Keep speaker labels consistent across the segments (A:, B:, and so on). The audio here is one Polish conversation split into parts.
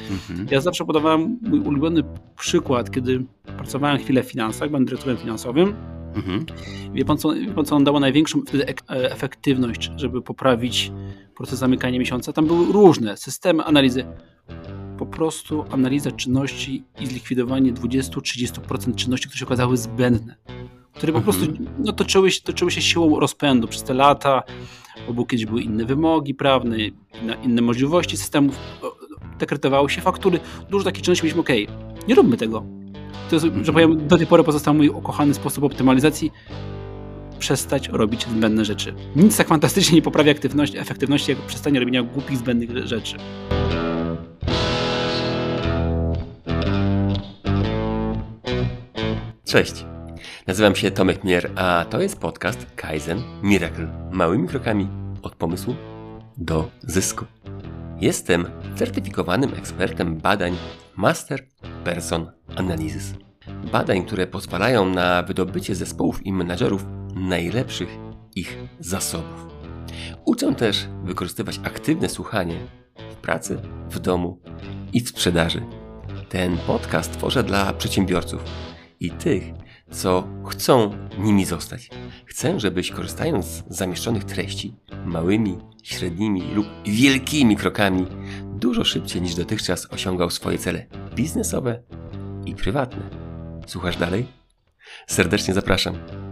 A: Ja zawsze podawałem mój ulubiony przykład, kiedy pracowałem chwilę w finansach, byłem dyrektorem finansowym. Wie pan, co on dało największą wtedy efektywność, żeby poprawić proces zamykania miesiąca? Tam były różne systemy analizy. Po prostu analiza czynności i zlikwidowanie 20-30% czynności, które się okazały zbędne. Które po prostu toczyły się siłą rozpędu przez te lata, bo kiedyś były inne wymogi prawne, inne możliwości systemów, dekretowały się faktury. Dużo takich czynności mieliśmy, nie róbmy tego. To jest, że powiem, do tej pory pozostał mój ukochany sposób optymalizacji. Przestać robić zbędne rzeczy. Nic tak fantastycznie nie poprawia efektywności, jak przestanie robienia głupich, zbędnych rzeczy.
B: Cześć, nazywam się Tomek Mier, a to jest podcast Kaizen Miracle. Małymi krokami od pomysłu do zysku. Jestem certyfikowanym ekspertem badań Master Person Analysis. Badań, które pozwalają na wydobycie zespołów i menadżerów najlepszych ich zasobów. Uczę też wykorzystywać aktywne słuchanie w pracy, w domu i w sprzedaży. Ten podcast tworzę dla przedsiębiorców i tych, co chcą nimi zostać. Chcę, żebyś korzystając z zamieszczonych treści małymi, średnimi lub wielkimi krokami dużo szybciej niż dotychczas osiągał swoje cele biznesowe i prywatne. Słuchasz dalej? Serdecznie zapraszam.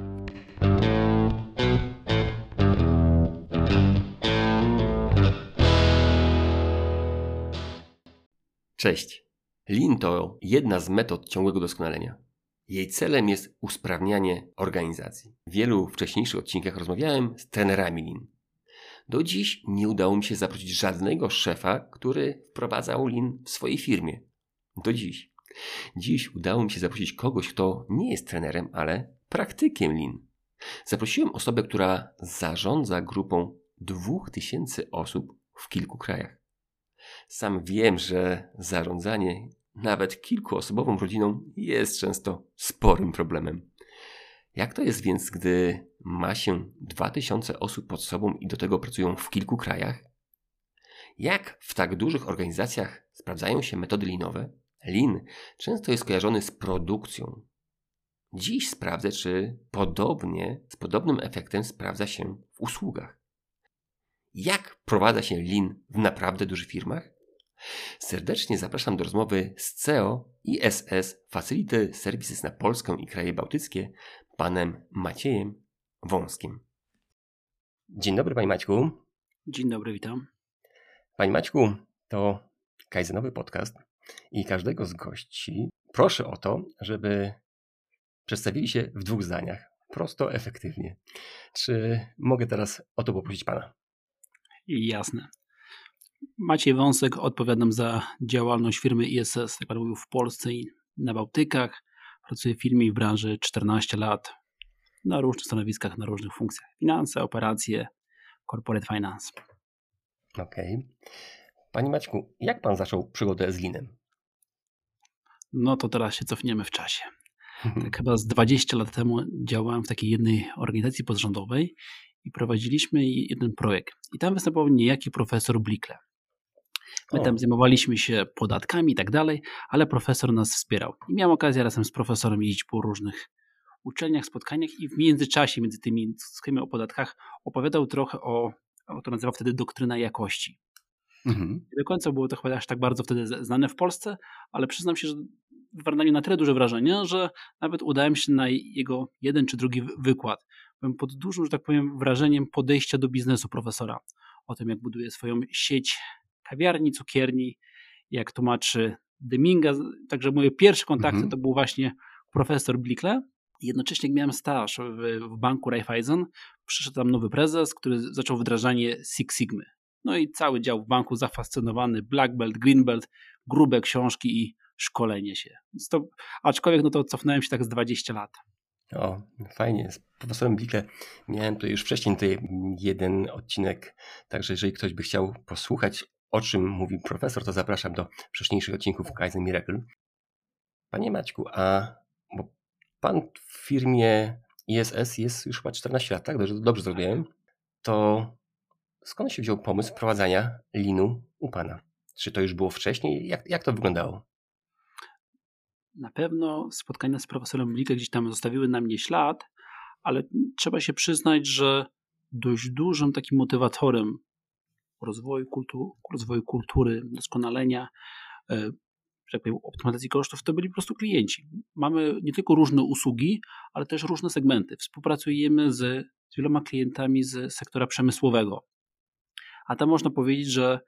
B: Cześć. Lean to jedna z metod ciągłego doskonalenia. Jej celem jest usprawnianie organizacji. W wielu wcześniejszych odcinkach rozmawiałem z trenerami Lean. Do dziś nie udało mi się zaprosić żadnego szefa, który wprowadzał Lean w swojej firmie. Do dziś. Dziś udało mi się zaprosić kogoś, kto nie jest trenerem, ale praktykiem Lean. Zaprosiłem osobę, która zarządza grupą 2000 osób w kilku krajach. Sam wiem, że zarządzanie nawet kilkuosobową rodziną jest często sporym problemem. Jak to jest więc, gdy ma się 2000 osób pod sobą i do tego pracują w kilku krajach? Jak w tak dużych organizacjach sprawdzają się metody leanowe? Lean często jest kojarzony z produkcją. Dziś sprawdzę, czy z podobnym efektem sprawdza się w usługach. Jak wprowadza się Lean w naprawdę dużych firmach? Serdecznie zapraszam do rozmowy z CEO ISS Facility Services na Polskę i kraje bałtyckie, panem Maciejem Wąskim. Dzień dobry, panie Maćku.
A: Dzień dobry, witam.
B: Panie Maćku, to Kaizenowy podcast i każdego z gości proszę o to, żeby przedstawili się w 2 zdaniach. Prosto, efektywnie. Czy mogę teraz o to poprosić pana?
A: Jasne. Maciej Wąsek, odpowiadam za działalność firmy ISS, jak pan mówił, w Polsce i na Bałtykach. Pracuję w firmie i w branży 14 lat na różnych stanowiskach, na różnych funkcjach. Finanse, operacje, corporate finance.
B: Okej. Panie Maćku, jak pan zaczął przygodę z Leanem?
A: No to teraz się cofniemy w czasie. Tak chyba z 20 lat temu działałem w takiej jednej organizacji pozarządowej i prowadziliśmy jeden projekt. I tam występował niejaki profesor Blikle. My tam zajmowaliśmy się podatkami i tak dalej, ale profesor nas wspierał. I miałem okazję razem z profesorem jeździć po różnych uczelniach, spotkaniach i w międzyczasie, między tymi spotkaniami o podatkach, opowiadał trochę o to nazywał wtedy doktryna jakości. Nie do końca było to chyba aż tak bardzo wtedy znane w Polsce, ale przyznam się, że wywarł na mnie na tyle duże wrażenie, że nawet udałem się na jego jeden czy drugi wykład. Byłem pod dużym, że tak powiem, wrażeniem podejścia do biznesu profesora. O tym, jak buduje swoją sieć kawiarni, cukierni, jak tłumaczy Deminga. Także moje pierwsze kontakty to był właśnie profesor Blikle. Jednocześnie jak miałem staż w banku Raiffeisen, przyszedł tam nowy prezes, który zaczął wdrażanie Six Sigmy. No i cały dział w banku zafascynowany, Black Belt, Green Belt, grube książki i szkolenie się. Więc to, aczkolwiek no to cofnąłem się tak z 20 lat.
B: O, fajnie. Z profesorem Blikle miałem tutaj już wcześniej jeden odcinek, także jeżeli ktoś by chciał posłuchać, o czym mówi profesor, to zapraszam do wcześniejszych odcinków Kaizen Miracle. Panie Maćku, bo pan w firmie ISS jest już chyba 14 lat, tak? Dobrze zrobiłem. To skąd się wziął pomysł wprowadzania Leanu u pana? Czy to już było wcześniej? Jak to wyglądało?
A: Na pewno spotkania z profesorem Blikę gdzieś tam zostawiły na mnie ślad, ale trzeba się przyznać, że dość dużym takim motywatorem rozwoju kultury, doskonalenia, że tak powiem, optymalizacji kosztów, to byli po prostu klienci. Mamy nie tylko różne usługi, ale też różne segmenty. Współpracujemy z wieloma klientami z sektora przemysłowego. A tam można powiedzieć, że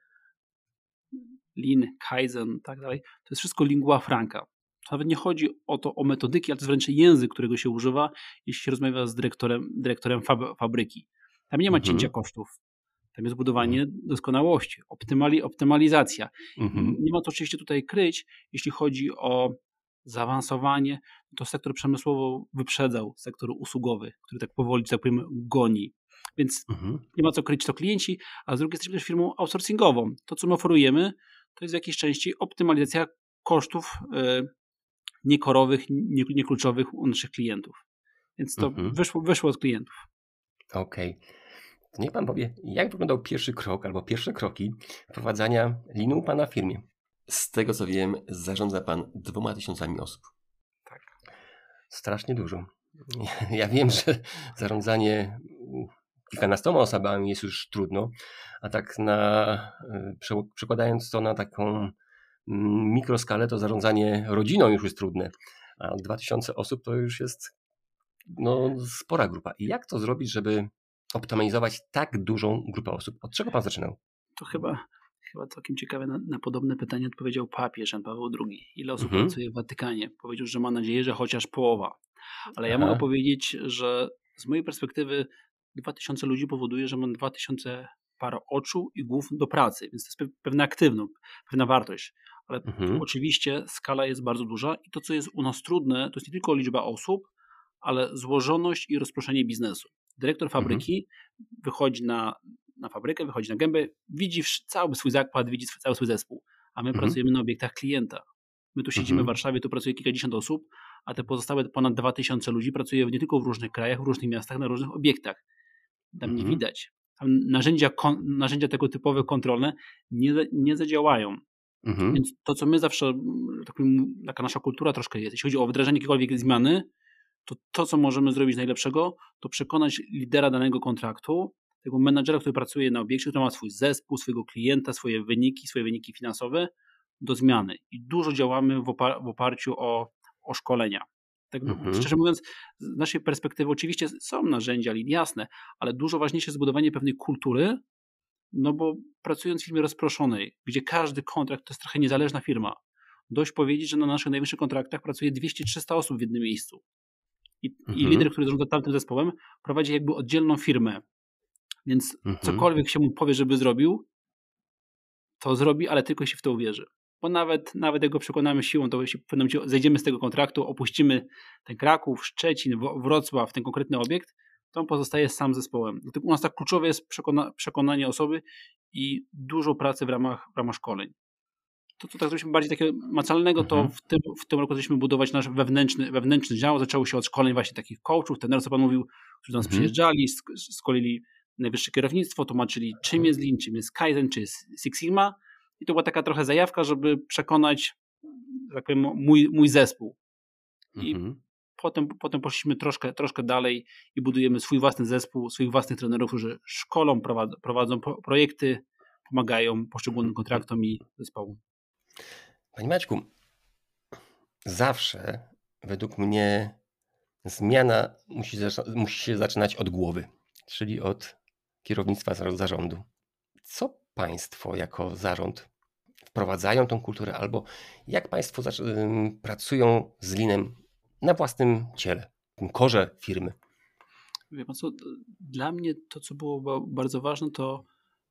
A: Lean, Kaizen, tak dalej, to jest wszystko lingua franca. To nawet nie chodzi o metodyki, ale to jest wręcz język, którego się używa, jeśli się rozmawia z dyrektorem fabryki. Tam nie ma cięcia kosztów. Tam jest budowanie doskonałości, optymalizacja. Nie ma to oczywiście tutaj kryć. Jeśli chodzi o zaawansowanie, to sektor przemysłowy wyprzedzał sektor usługowy, który tak powoli, tak powiem, goni. Więc nie ma co kryć to klienci, a z drugiej jesteśmy też firmą outsourcingową. To, co my oferujemy, to jest w jakiejś części optymalizacja kosztów niekorowych, niekluczowych u naszych klientów. Więc to wyszło od klientów.
B: Okej. Niech pan powie, jak wyglądał pierwszy krok albo pierwsze kroki wprowadzania Leanu u pana w firmie? Z tego co wiem, zarządza pan 2000 osób.
A: Tak.
B: Strasznie dużo. Ja wiem, że zarządzanie kilkunastoma osobami jest już trudno, a tak przekładając to na taką mikroskalę, to zarządzanie rodziną już jest trudne, a 2000 osób to już jest spora grupa. I jak to zrobić, żeby optymalizować tak dużą grupę osób? Od czego pan zaczynał?
A: To chyba całkiem ciekawe. Na podobne pytanie odpowiedział papież Jan Paweł II. Ile osób pracuje w Watykanie? Powiedział, że ma nadzieję, że chociaż połowa. Ale ja mogę powiedzieć, że z mojej perspektywy 2000 ludzi powoduje, że mam 2000 par oczu i głów do pracy, więc to jest pewna wartość. Ale oczywiście skala jest bardzo duża i to, co jest u nas trudne, to jest nie tylko liczba osób, ale złożoność i rozproszenie biznesu. Dyrektor fabryki wychodzi na fabrykę, wychodzi na gębę, widzi cały swój zakład, widzi cały swój zespół, a my pracujemy na obiektach klienta. My tu siedzimy w Warszawie, tu pracuje kilkadziesiąt osób, a te pozostałe ponad 2000 ludzi pracuje nie tylko w różnych krajach, w różnych miastach, na różnych obiektach. Tam nie widać. Tam narzędzia tego typowe, kontrolne nie zadziałają. Więc to, co my zawsze, taka nasza kultura troszkę jest, jeśli chodzi o wdrażanie jakiejkolwiek zmiany, to, co możemy zrobić najlepszego, to przekonać lidera danego kontraktu, tego menadżera, który pracuje na obiekcie, który ma swój zespół, swojego klienta, swoje wyniki finansowe do zmiany. I dużo działamy w oparciu o szkolenia. Tak, szczerze mówiąc, z naszej perspektywy oczywiście są narzędzia, jasne, ale dużo ważniejsze jest zbudowanie pewnej kultury, no bo pracując w firmie rozproszonej, gdzie każdy kontrakt to jest trochę niezależna firma, dość powiedzieć, że na naszych najwyższych kontraktach pracuje 200-300 osób w jednym miejscu. I lider, który zarządza tamtym zespołem, prowadzi jakby oddzielną firmę. Więc cokolwiek się mu powie, żeby zrobił, to zrobi, ale tylko jeśli w to uwierzy. Bo nawet jak go przekonamy siłą, to jeśli zejdziemy z tego kontraktu, opuścimy ten Kraków, Szczecin, Wrocław, ten konkretny obiekt, to on pozostaje sam zespołem. Dlatego u nas tak kluczowe jest przekonanie osoby i dużo pracy w ramach szkoleń. To, co tak zrobiliśmy bardziej takiego macalnego, to w tym roku zaczęliśmy budować nasz wewnętrzny dział. Zaczęło się od szkoleń właśnie takich coachów, trenerów, co pan mówił, którzy do nas przyjeżdżali, szkolili najwyższe kierownictwo, tłumaczyli, czym jest Lean, czym jest Kaizen, czy jest Six Sigma. I to była taka trochę zajawka, żeby przekonać, tak powiem, mój zespół. I potem poszliśmy troszkę dalej i budujemy swój własny zespół, swoich własnych trenerów, którzy szkolą, prowadzą projekty, pomagają poszczególnym kontraktom i zespołom.
B: Panie Maćku, zawsze według mnie zmiana musi się zaczynać od głowy, czyli od kierownictwa zarządu. Co państwo jako zarząd wprowadzają tą kulturę, albo jak państwo pracują z Leanem na własnym ciele, w tym korze firmy?
A: Wie pan co, dla mnie to, co było bardzo ważne, to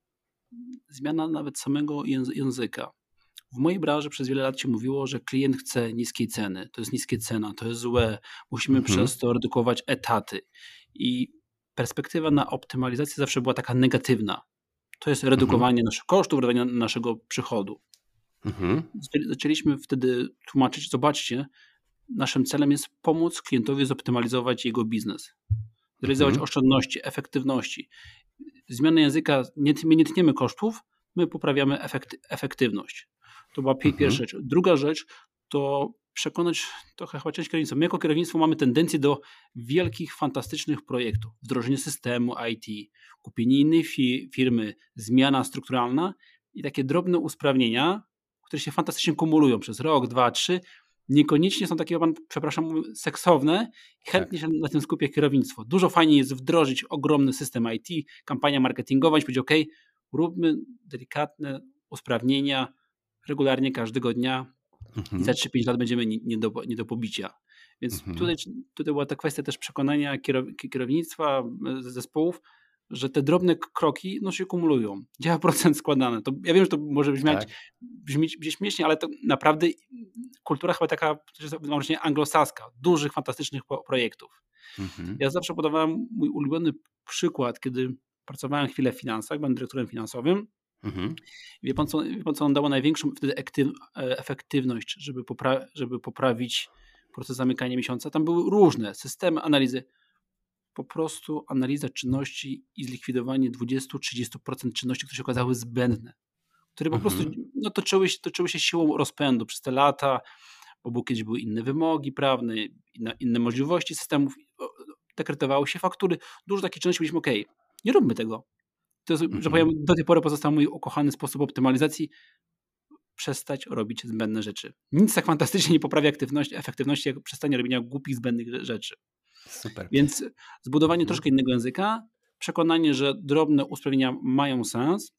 A: zmiana nawet samego języka. W mojej branży przez wiele lat się mówiło, że klient chce niskiej ceny, to jest niskie cena, to jest złe, musimy przez to redukować etaty. I perspektywa na optymalizację zawsze była taka negatywna. To jest redukowanie naszych kosztów, redukowanie naszego przychodu. Zaczęliśmy wtedy tłumaczyć, zobaczcie, naszym celem jest pomóc klientowi zoptymalizować jego biznes, zrealizować oszczędności, efektywności. Zmiana języka, my nie tniemy kosztów, my poprawiamy efektywność. To była pierwsza rzecz. Druga rzecz to przekonać trochę chyba część kierownictwa. My jako kierownictwo mamy tendencję do wielkich, fantastycznych projektów. Wdrożenie systemu IT, kupienie innej firmy, zmiana strukturalna i takie drobne usprawnienia, które się fantastycznie kumulują przez rok, 2, 3. Niekoniecznie są takie, przepraszam, seksowne i chętnie się na tym skupia kierownictwo. Dużo fajniej jest wdrożyć ogromny system IT, kampania marketingowa i powiedzieć, OK, róbmy delikatne usprawnienia regularnie każdego dnia i za 3-5 lat będziemy nie do pobicia. Więc tutaj była ta kwestia też przekonania kierownictwa, zespołów, że te drobne kroki się kumulują. Działa procent składany. To ja wiem, że to może brzmieć śmiesznie, ale to naprawdę kultura chyba taka anglosaska, dużych, fantastycznych projektów. Ja zawsze podawałem mój ulubiony przykład, kiedy pracowałem chwilę w finansach, byłem dyrektorem finansowym. Wie pan, co on dało największą wtedy efektywność, żeby poprawić proces zamykania miesiąca? Tam były różne systemy analizy. Po prostu analiza czynności i zlikwidowanie 20-30% czynności, które się okazały zbędne, które po prostu toczyły się siłą rozpędu przez te lata, bo kiedyś były inne wymogi prawne, inne możliwości systemów, dekretowały się faktury, dużo takich czynności, byliśmy nie róbmy tego. To jest, że powiem, do tej pory pozostał mój ukochany sposób optymalizacji, przestać robić zbędne rzeczy. Nic tak fantastycznie nie poprawia efektywności, jak przestanie robienia głupich, zbędnych rzeczy.
B: Super.
A: Więc zbudowanie troszkę innego języka, przekonanie, że drobne usprawnienia mają sens.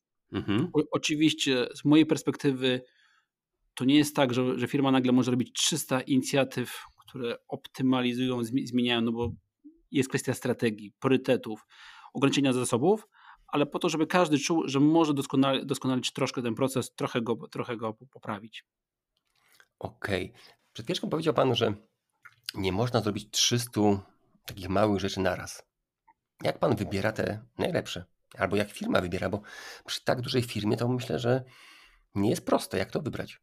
A: Oczywiście z mojej perspektywy to nie jest tak, że firma nagle może robić 300 inicjatyw, które optymalizują, zmieniają, bo jest kwestia strategii, priorytetów, ograniczenia zasobów, ale po to, żeby każdy czuł, że może doskonalić troszkę ten proces, trochę go poprawić.
B: Okej. Przed chwileczką powiedział Pan, że nie można zrobić 300 takich małych rzeczy naraz. Jak Pan wybiera te najlepsze? Albo jak firma wybiera? Bo przy tak dużej firmie to myślę, że nie jest proste. Jak to wybrać?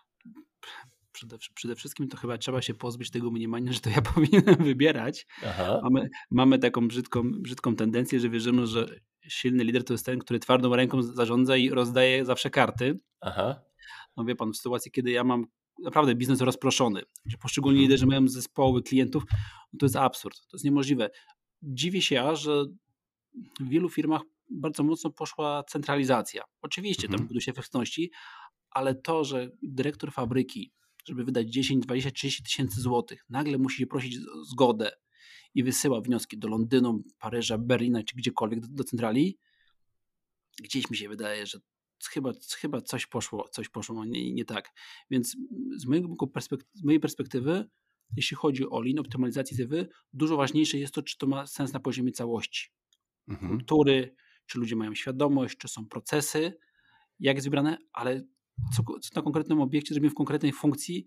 A: Przede wszystkim to chyba trzeba się pozbyć tego mniemania, że to ja powinienem wybierać. Mamy taką brzydką tendencję, że wierzymy, że silny lider to jest ten, który twardą ręką zarządza i rozdaje zawsze karty. No wie pan, w sytuacji, kiedy ja mam naprawdę biznes rozproszony, gdzie poszczególni liderzy mają zespoły klientów, to jest absurd, to jest niemożliwe. Dziwię się, że w wielu firmach bardzo mocno poszła centralizacja. Oczywiście tam buduje się efektywności, ale to, że dyrektor fabryki, żeby wydać 10, 20, 30 tysięcy złotych, nagle musi się prosić zgodę i wysyła wnioski do Londynu, Paryża, Berlina czy gdziekolwiek do centrali, gdzieś mi się wydaje, że chyba coś poszło nie tak. Więc z mojej perspektywy, jeśli chodzi o lean, optymalizację CW, dużo ważniejsze jest to, czy to ma sens na poziomie całości. Kultury, czy ludzie mają świadomość, czy są procesy, jak jest wybrane, ale co na konkretnym obiekcie zrobimy w konkretnej funkcji,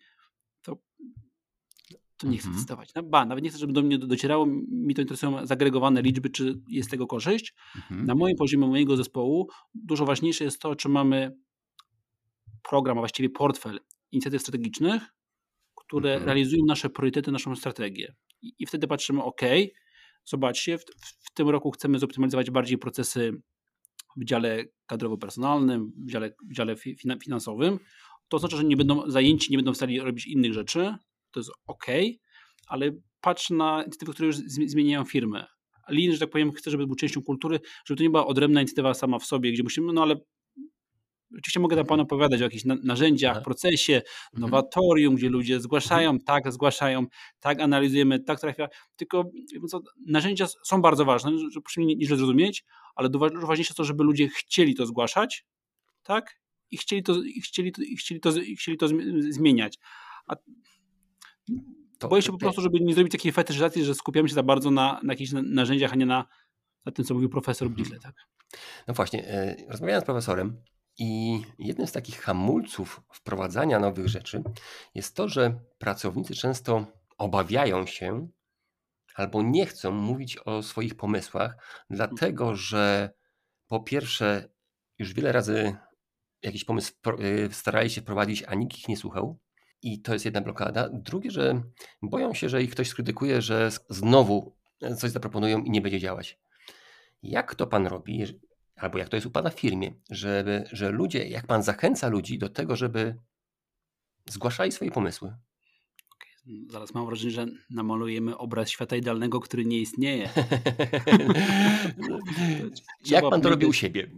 A: to nie chcę testować. Nawet nie chcę, żeby do mnie docierało, mi to interesują zagregowane liczby, czy jest z tego korzyść. Na moim poziomie, mojego zespołu dużo ważniejsze jest to, czy mamy program, a właściwie portfel inicjatyw strategicznych, które realizują nasze priorytety, naszą strategię. I wtedy patrzymy, zobaczcie, w tym roku chcemy zoptymalizować bardziej procesy w dziale kadrowo-personalnym, w dziale finansowym. To oznacza, że nie będą zajęci, nie będą w stanie robić innych rzeczy. To jest ale patrz na inicjatywy, które już zmieniają firmę. Lean, że tak powiem, chcę, żeby był częścią kultury, żeby to nie była odrębna inicjatywa sama w sobie, gdzie musimy, ale oczywiście mogę tam Panu opowiadać o jakichś narzędziach, procesie, nowatorium, gdzie ludzie zgłaszają, tak analizujemy, tak trafia. Tylko narzędzia są bardzo ważne, żeby proszę mnie nieźle zrozumieć, ale dużo ważniejsze jest to, żeby ludzie chcieli to zgłaszać, tak? I chcieli to zmieniać. Boję się po prostu, żeby nie zrobić takiej fetyszyzacji, że skupiamy się za bardzo na jakichś narzędziach, a nie na tym, co mówił profesor Bichle. Tak?
B: No właśnie, rozmawiałem z profesorem i jednym z takich hamulców wprowadzania nowych rzeczy jest to, że pracownicy często obawiają się albo nie chcą mówić o swoich pomysłach, dlatego że po pierwsze już wiele razy jakiś pomysł starali się wprowadzić, a nikt ich nie słuchał. I to jest jedna blokada. Drugie, że boją się, że ich ktoś skrytykuje, że znowu coś zaproponują i nie będzie działać. Jak to Pan robi? albo jak to jest u Pana w firmie, że ludzie, jak Pan zachęca ludzi do tego, żeby zgłaszali swoje pomysły?
A: Zaraz mam wrażenie, że namalujemy obraz świata idealnego, który nie istnieje.
B: Jak Pan to robi u siebie?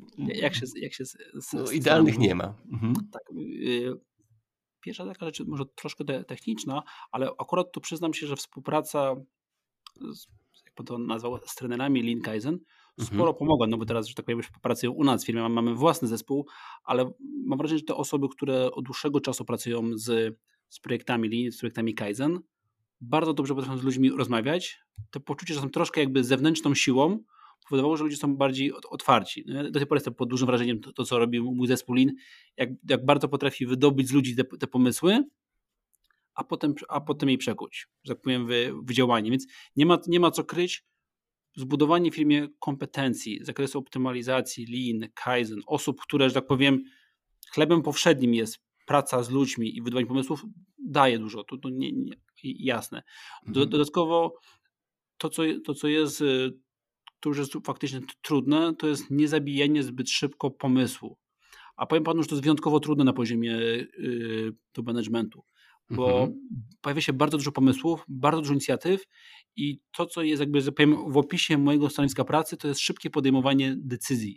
B: Idealnych nie ma.
A: Tak, pierwsza taka rzecz, może troszkę techniczna, ale akurat tu przyznam się, że współpraca jak pan to nazwał, z trenerami Lean Kaizen sporo pomogła, no bo teraz, że tak powiem, już pracują u nas w firmie, mamy własny zespół, ale mam wrażenie, że te osoby, które od dłuższego czasu pracują z projektami Lean, z projektami Kaizen, bardzo dobrze potrafią z ludźmi rozmawiać. To poczucie, że są troszkę jakby zewnętrzną siłą, powodowało, że ludzie są bardziej otwarci. Do tej pory jestem pod dużym wrażeniem to co robi mój zespół Lean, jak bardzo potrafi wydobyć z ludzi te pomysły, a potem jej przekuć, że tak powiem, w działanie. Więc nie ma co kryć. Zbudowanie w firmie kompetencji z zakresu optymalizacji, Lean, Kaizen, osób, które, że tak powiem, chlebem powszednim jest praca z ludźmi i wydawanie pomysłów, daje dużo. To jasne. Dodatkowo to, co jest, to już jest faktycznie trudne, to jest niezabijanie zbyt szybko pomysłu. A powiem panu, że to jest wyjątkowo trudne na poziomie do managementu, bo pojawia się bardzo dużo pomysłów, bardzo dużo inicjatyw i to, co jest jakby w opisie mojego stanowiska pracy, to jest szybkie podejmowanie decyzji.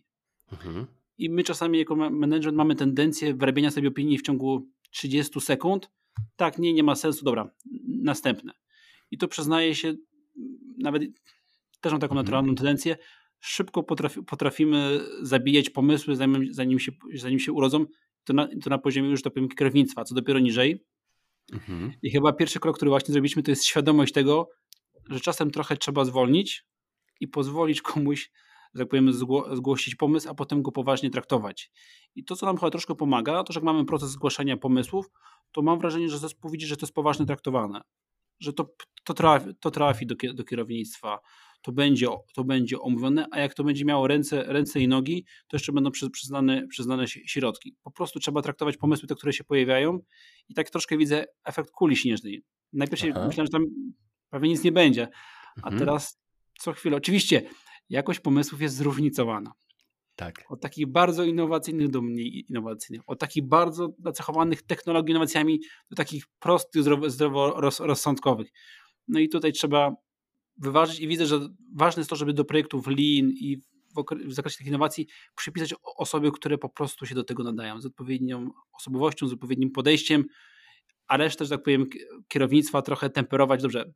A: I my czasami jako management mamy tendencję wyrabiania sobie opinii w ciągu 30 sekund. Tak, nie ma sensu, dobra, następne. I to przyznaję się, nawet też mam taką naturalną tendencję, szybko potrafimy zabijać pomysły, zanim się urodzą, to na poziomie już, tak powiem, kierownictwa, co dopiero niżej. I chyba pierwszy krok, który właśnie zrobiliśmy, to jest świadomość tego, że czasem trochę trzeba zwolnić i pozwolić komuś, że tak powiem, zgłosić pomysł, a potem go poważnie traktować. I to, co nam chyba troszkę pomaga, to, że jak mamy proces zgłaszania pomysłów, to mam wrażenie, że zespół widzi, że to jest poważnie traktowane, że to trafi do kierownictwa, to będzie omówione, a jak to będzie miało ręce i nogi, to jeszcze będą przyznane środki. Po prostu trzeba traktować pomysły, te, które się pojawiają i tak troszkę widzę efekt kuli śnieżnej. Najpierw myślałem, że tam prawie nic nie będzie, a teraz co chwilę. Oczywiście jakość pomysłów jest zróżnicowana.
B: Tak.
A: Od takich bardzo innowacyjnych do mniej innowacyjnych, od takich bardzo nacechowanych technologią, innowacjami do takich prostych, zdroworozsądkowych. No i tutaj trzeba wyważyć i widzę, że ważne jest to, żeby do projektów Lean i w zakresie tych innowacji przypisać osoby, które po prostu się do tego nadają, z odpowiednią osobowością, z odpowiednim podejściem, a resztę, że tak powiem, kierownictwa trochę temperować. Dobrze,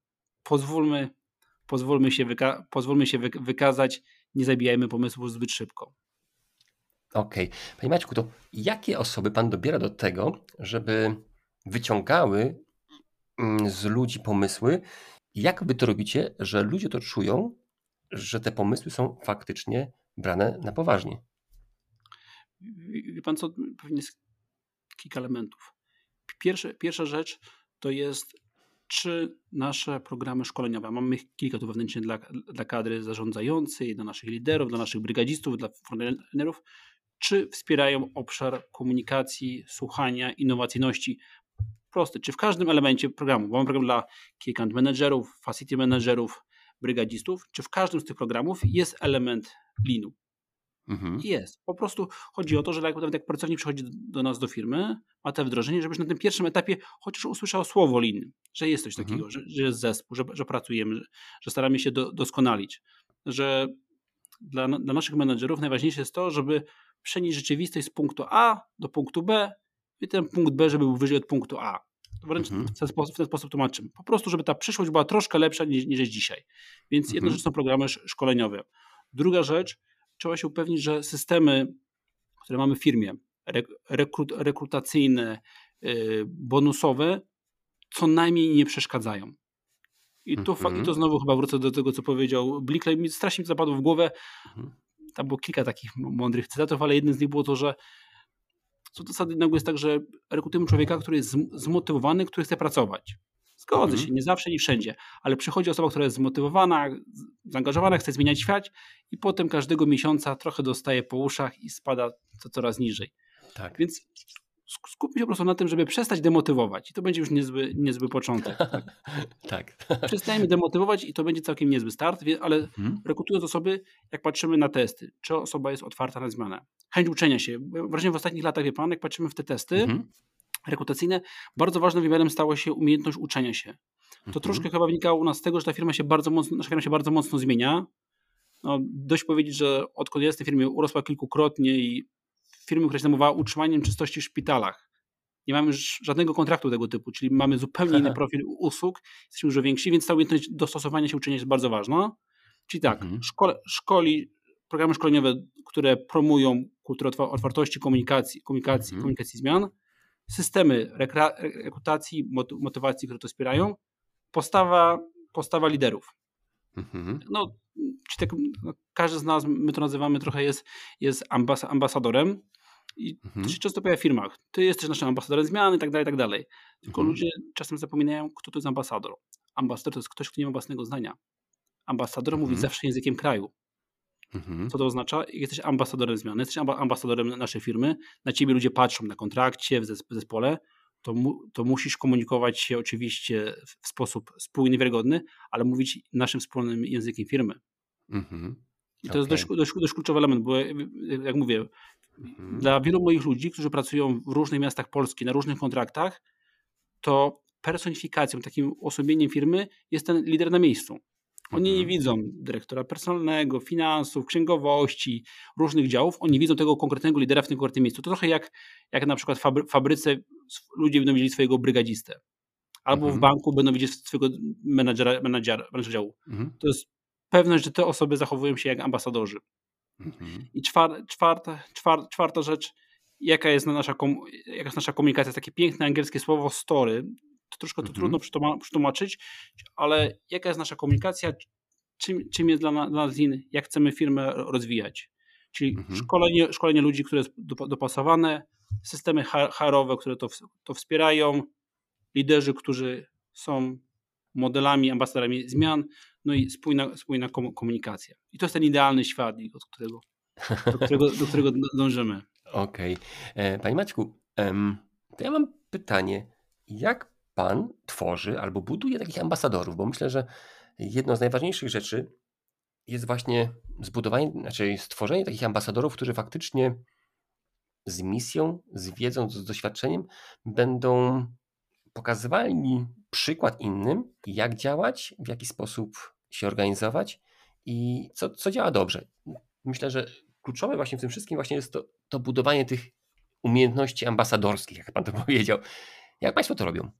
A: pozwólmy się wykazać, nie zabijajmy pomysłów zbyt szybko.
B: Okej. Panie Maćku, to jakie osoby Pan dobiera do tego, żeby wyciągały z ludzi pomysły? Jak Wy to robicie, że ludzie to czują, że te pomysły są faktycznie brane na poważnie?
A: Wie Pan co, pewnie jest kilka elementów. Pierwsza rzecz to jest, czy nasze programy szkoleniowe, mamy kilka tu wewnętrznie dla kadry zarządzającej, dla naszych liderów, dla naszych brygadzistów, dla frontlinerów, czy wspierają obszar komunikacji, słuchania, innowacyjności. Prosty, czy w każdym elemencie programu, bo mamy program dla key account managerów, facility managerów, brygadzistów, czy w każdym z tych programów jest element Leanu. Jest. Po prostu chodzi o to, że jak pracownik przychodzi do nas do firmy, ma te wdrożenie, żebyś na tym pierwszym etapie chociaż usłyszał słowo Lean, że jest coś takiego, że jest zespół, że pracujemy, że staramy się doskonalić, że dla naszych menedżerów najważniejsze jest to, żeby przenieść rzeczywistość z punktu A do punktu B i ten punkt B, żeby był wyżej od punktu A. Wręcz w ten sposób tłumaczymy. Po prostu, żeby ta przyszłość była troszkę lepsza niż jest dzisiaj. Więc jedna rzecz są programy szkoleniowe. Druga rzecz, trzeba się upewnić, że systemy, które mamy w firmie, rekrutacyjne, bonusowe, co najmniej nie przeszkadzają. I to znowu chyba wrócę do tego, co powiedział Blickley. Strasznie mi zapadło w głowę. Tam było kilka takich mądrych cytatów, ale jednym z nich było to, że co do zasady jest tak, że rekrutujemy człowieka, który jest zmotywowany, który chce pracować. Zgodzę się, nie zawsze, nie wszędzie, ale przychodzi osoba, która jest zmotywowana, zaangażowana, chce zmieniać świat i potem każdego miesiąca trochę dostaje po uszach i spada to coraz niżej.
B: Tak.
A: Więc skupmy się po prostu na tym, żeby przestać demotywować. I to będzie już niezły początek. Tak?
B: Tak.
A: Przestajemy demotywować i to będzie całkiem niezły start, ale rekrutując osoby, jak patrzymy na testy, czy osoba jest otwarta na zmianę, chęć uczenia się. Wrażenie w ostatnich latach, wie pan, jak patrzymy w te testy rekrutacyjne, bardzo ważnym wymiarem stało się umiejętność uczenia się. To troszkę chyba wynikało u nas z tego, że nasza firma się bardzo mocno zmienia. No, dość powiedzieć, że odkąd ja jestem w firmie, urosła kilkukrotnie i firmy, która się zajmowała utrzymaniem czystości w szpitalach. Nie mamy już żadnego kontraktu tego typu, czyli mamy zupełnie inny profil usług, jesteśmy dużo więksi, więc ta umiejętność dostosowania się uczenia jest bardzo ważna. Czyli tak, programy szkoleniowe, które promują kulturę otwartości, komunikacji zmian, systemy rekrutacji, motywacji, które to wspierają, postawa liderów. No, czyli tak, każdy z nas, my to nazywamy trochę, jest ambasadorem i to się często pojawia w firmach. Ty jesteś naszym ambasadorem zmiany i tak dalej. Tylko ludzie czasem zapominają, kto to jest ambasador. Ambasador to jest ktoś, kto nie ma własnego zdania. Ambasador mówi zawsze językiem kraju. Co to oznacza? Jesteś ambasadorem zmiany, jesteś ambasadorem naszej firmy, na ciebie ludzie patrzą na kontrakcie, w zespole, to musisz komunikować się oczywiście w sposób spójny, wiarygodny, ale mówić naszym wspólnym językiem firmy. I to jest dość kluczowy element, bo jak mówię, dla wielu moich ludzi, którzy pracują w różnych miastach Polski, na różnych kontraktach, to personifikacją, takim osobieniem firmy jest ten lider na miejscu. Oni nie widzą dyrektora personalnego, finansów, księgowości, różnych działów. Oni widzą tego konkretnego lidera w tym konkretnym miejscu. To trochę jak na przykład w fabryce ludzie będą widzieli swojego brygadzistę. Albo w banku będą widzieć swojego menadżera działu. To jest pewność, że te osoby zachowują się jak ambasadorzy. I czwarta rzecz, jaka jest nasza komunikacja. Takie piękne angielskie słowo story. To troszkę to trudno przetłumaczyć, ale jaka jest nasza komunikacja, czym jest dla nas Lean, jak chcemy firmę rozwijać. Czyli szkolenie ludzi, które jest dopasowane, systemy HR-owe, które to wspierają, liderzy, którzy są modelami, ambasadorami zmian, no i spójna komunikacja. I to jest ten idealny świat, do którego dążymy.
B: Okej. Panie Maćku, to ja mam pytanie. Jak pan tworzy albo buduje takich ambasadorów? Bo myślę, że jedną z najważniejszych rzeczy jest właśnie stworzenie takich ambasadorów, którzy faktycznie z misją, z wiedzą, z doświadczeniem będą pokazywali przykład innym, jak działać, w jaki sposób się organizować i co działa dobrze. Myślę, że kluczowe właśnie w tym wszystkim właśnie jest to budowanie tych umiejętności ambasadorskich, jak pan to powiedział. Jak państwo to robią?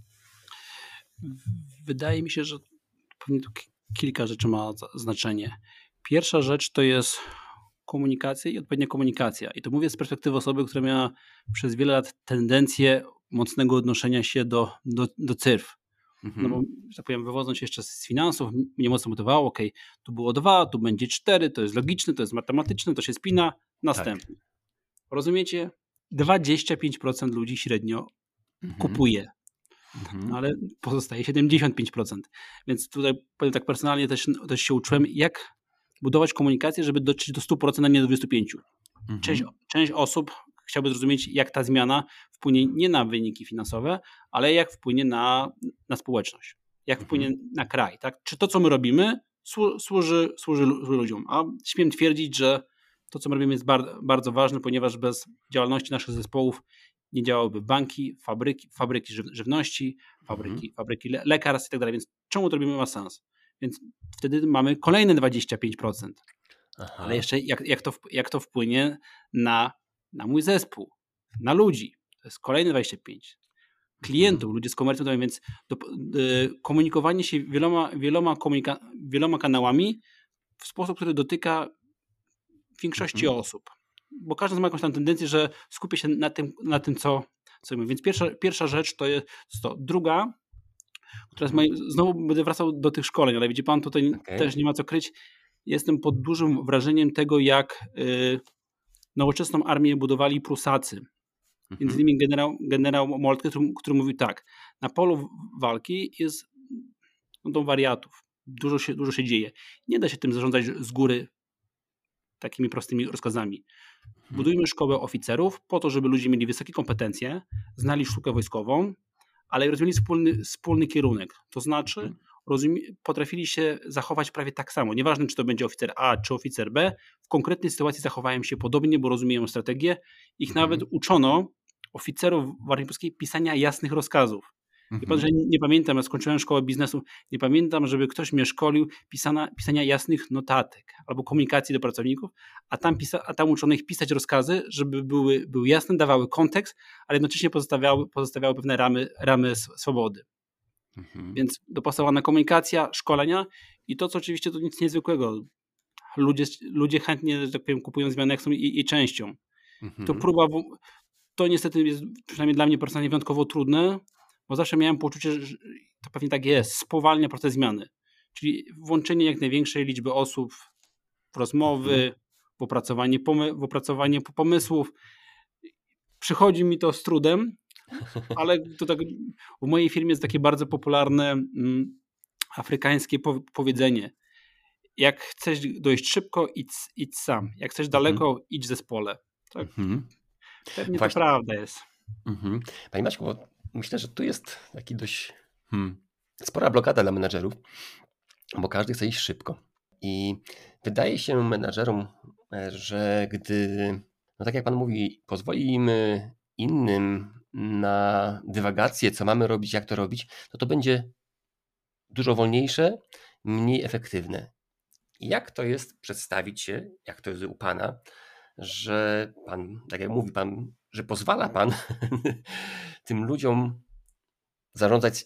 A: Wydaje mi się, że pewnie tu kilka rzeczy ma znaczenie. Pierwsza rzecz to jest komunikacja i odpowiednia komunikacja. I to mówię z perspektywy osoby, która miała przez wiele lat tendencję mocnego odnoszenia się do cyfr. No bo, że tak powiem, wywodząc się jeszcze z finansów, mnie mocno motywowało, tu było 2, tu będzie 4, to jest logiczne, to jest matematyczne, to się spina, następny. Tak. Rozumiecie? 25% ludzi średnio kupuje. No ale pozostaje 75%. Więc tutaj powiem tak personalnie też się uczyłem, jak budować komunikację, żeby dotrzeć do 100%, a nie do 25%. Część osób chciałby zrozumieć, jak ta zmiana wpłynie nie na wyniki finansowe, ale jak wpłynie na społeczność, jak wpłynie na kraj. Tak? Czy to, co my robimy, służy ludziom. A śmiem twierdzić, że to, co my robimy, jest bardzo ważne, ponieważ bez działalności naszych zespołów nie działałyby banki, fabryki żywności, fabryki lekarstw i tak dalej. Więc czemu to robimy, ma sens? Więc wtedy mamy kolejne 25%. Ale jeszcze jak to wpłynie na mój zespół, na ludzi. To jest kolejne 25%. Klientów, ludzie z komercją, więc komunikowanie się wieloma kanałami w sposób, który dotyka większości osób. Bo każdy ma jakąś tam tendencję, że skupia się na tym co mówię. Więc pierwsza rzecz to jest to. Druga, która jest znowu będę wracał do tych szkoleń, ale widzi pan, tutaj też nie ma co kryć. Jestem pod dużym wrażeniem tego, jak nowoczesną armię budowali Prusacy. Między innymi generał Moltke, który mówił tak, na polu walki jest dom wariatów. Dużo się dzieje. Nie da się tym zarządzać z góry takimi prostymi rozkazami. Budujmy szkołę oficerów po to, żeby ludzie mieli wysokie kompetencje, znali sztukę wojskową, ale rozumieli wspólny kierunek. To znaczy potrafili się zachować prawie tak samo. Nieważne, czy to będzie oficer A, czy oficer B, w konkretnej sytuacji zachowają się podobnie, bo rozumieją strategię. Ich nawet uczono, oficerów w Armii Polskiej, pisania jasnych rozkazów. Wie pan, że nie pamiętam, ja skończyłem szkołę biznesu, nie pamiętam, żeby ktoś mnie szkolił pisania jasnych notatek albo komunikacji do pracowników, a tam uczono ich pisać rozkazy, żeby były jasne, dawały kontekst, ale jednocześnie pozostawiały pewne ramy swobody. Więc dopasowana komunikacja, szkolenia i to, co oczywiście to nic niezwykłego. Ludzie chętnie, że tak powiem, kupują zmiany jak są i częścią. To niestety jest, przynajmniej dla mnie personalnie, wyjątkowo trudne, bo zawsze miałem poczucie, że to pewnie tak jest, spowalnia proces zmiany. Czyli włączenie jak największej liczby osób w rozmowy, w opracowanie pomysłów. Przychodzi mi to z trudem, ale to tak w mojej firmie jest takie bardzo popularne afrykańskie powiedzenie. Jak chcesz dojść szybko, idź sam. Jak chcesz daleko, idź w zespole. Tak? Pewnie to prawda jest.
B: Panie Maćku, bo myślę, że tu jest taki dość spora blokada dla menadżerów, bo każdy chce iść szybko. I wydaje się menadżerom, że gdy, no tak jak pan mówi, pozwolimy innym na dywagację, co mamy robić, jak to robić, to będzie dużo wolniejsze, mniej efektywne. Jak to jest przedstawić się, jak to jest u pana, że pan, tak jak mówi pan, że pozwala pan tym ludziom zarządzać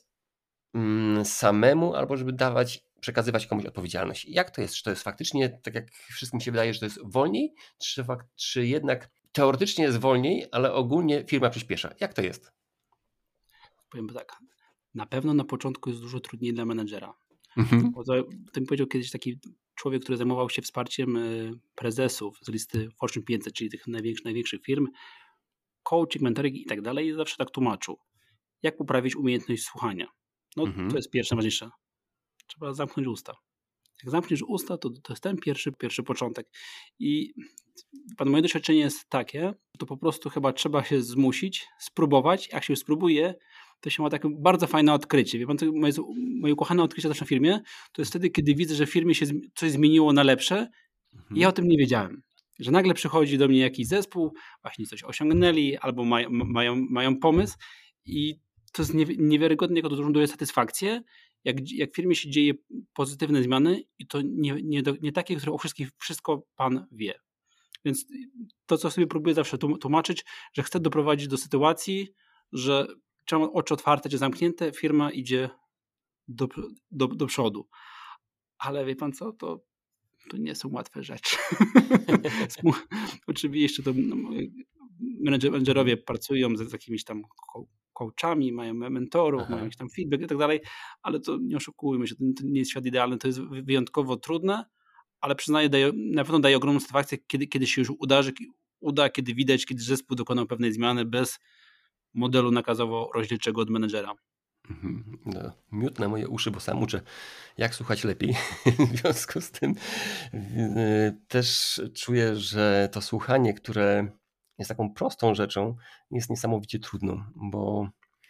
B: samemu, albo żeby przekazywać komuś odpowiedzialność. Jak to jest? Czy to jest faktycznie, tak jak wszystkim się wydaje, że to jest wolniej, czy jednak teoretycznie jest wolniej, ale ogólnie firma przyspiesza? Jak to jest?
A: Powiem tak, na pewno na początku jest dużo trudniej dla menedżera. To mi powiedział kiedyś taki człowiek, który zajmował się wsparciem prezesów z listy Fortune 500, czyli tych największych firm, coaching, mentoring i tak dalej, zawsze tak tłumaczył. Jak poprawić umiejętność słuchania? To jest pierwsze, najważniejsze. Trzeba zamknąć usta. Jak zamkniesz usta, to jest ten pierwszy początek. I moje doświadczenie jest takie, to po prostu chyba trzeba się zmusić, spróbować. Jak się spróbuje, to się ma takie bardzo fajne odkrycie. Wie pan, moje ukochane odkrycie zawsze w firmie, to jest wtedy, kiedy widzę, że w firmie się coś zmieniło na lepsze i ja o tym nie wiedziałem. Że nagle przychodzi do mnie jakiś zespół, właśnie coś osiągnęli albo mają pomysł i to jest niewiarygodne, jak to dużo daje satysfakcję, jak w firmie się dzieje pozytywne zmiany i to nie takie, które o wszystko pan wie. Więc to, co sobie próbuję zawsze tłumaczyć, że chcę doprowadzić do sytuacji, że trzeba oczy otwarte czy zamknięte, firma idzie do przodu. Ale wie pan co, to nie są łatwe rzeczy. Oczywiście to menedżerowie pracują z jakimiś tam coachami, mają mentorów, mają jakiś tam feedback i tak dalej, ale to nie oszukujmy się, to nie jest świat idealny, to jest wyjątkowo trudne, ale przyznaję, na pewno daje ogromną satysfakcję, kiedy się już uda, kiedy widać, kiedy zespół dokonał pewnej zmiany bez modelu nakazowo-rozdzielczego od menedżera.
B: No, miód na moje uszy, bo sam uczę, jak słuchać lepiej. W związku z tym też czuję, że to słuchanie, które jest taką prostą rzeczą, jest niesamowicie trudną, bo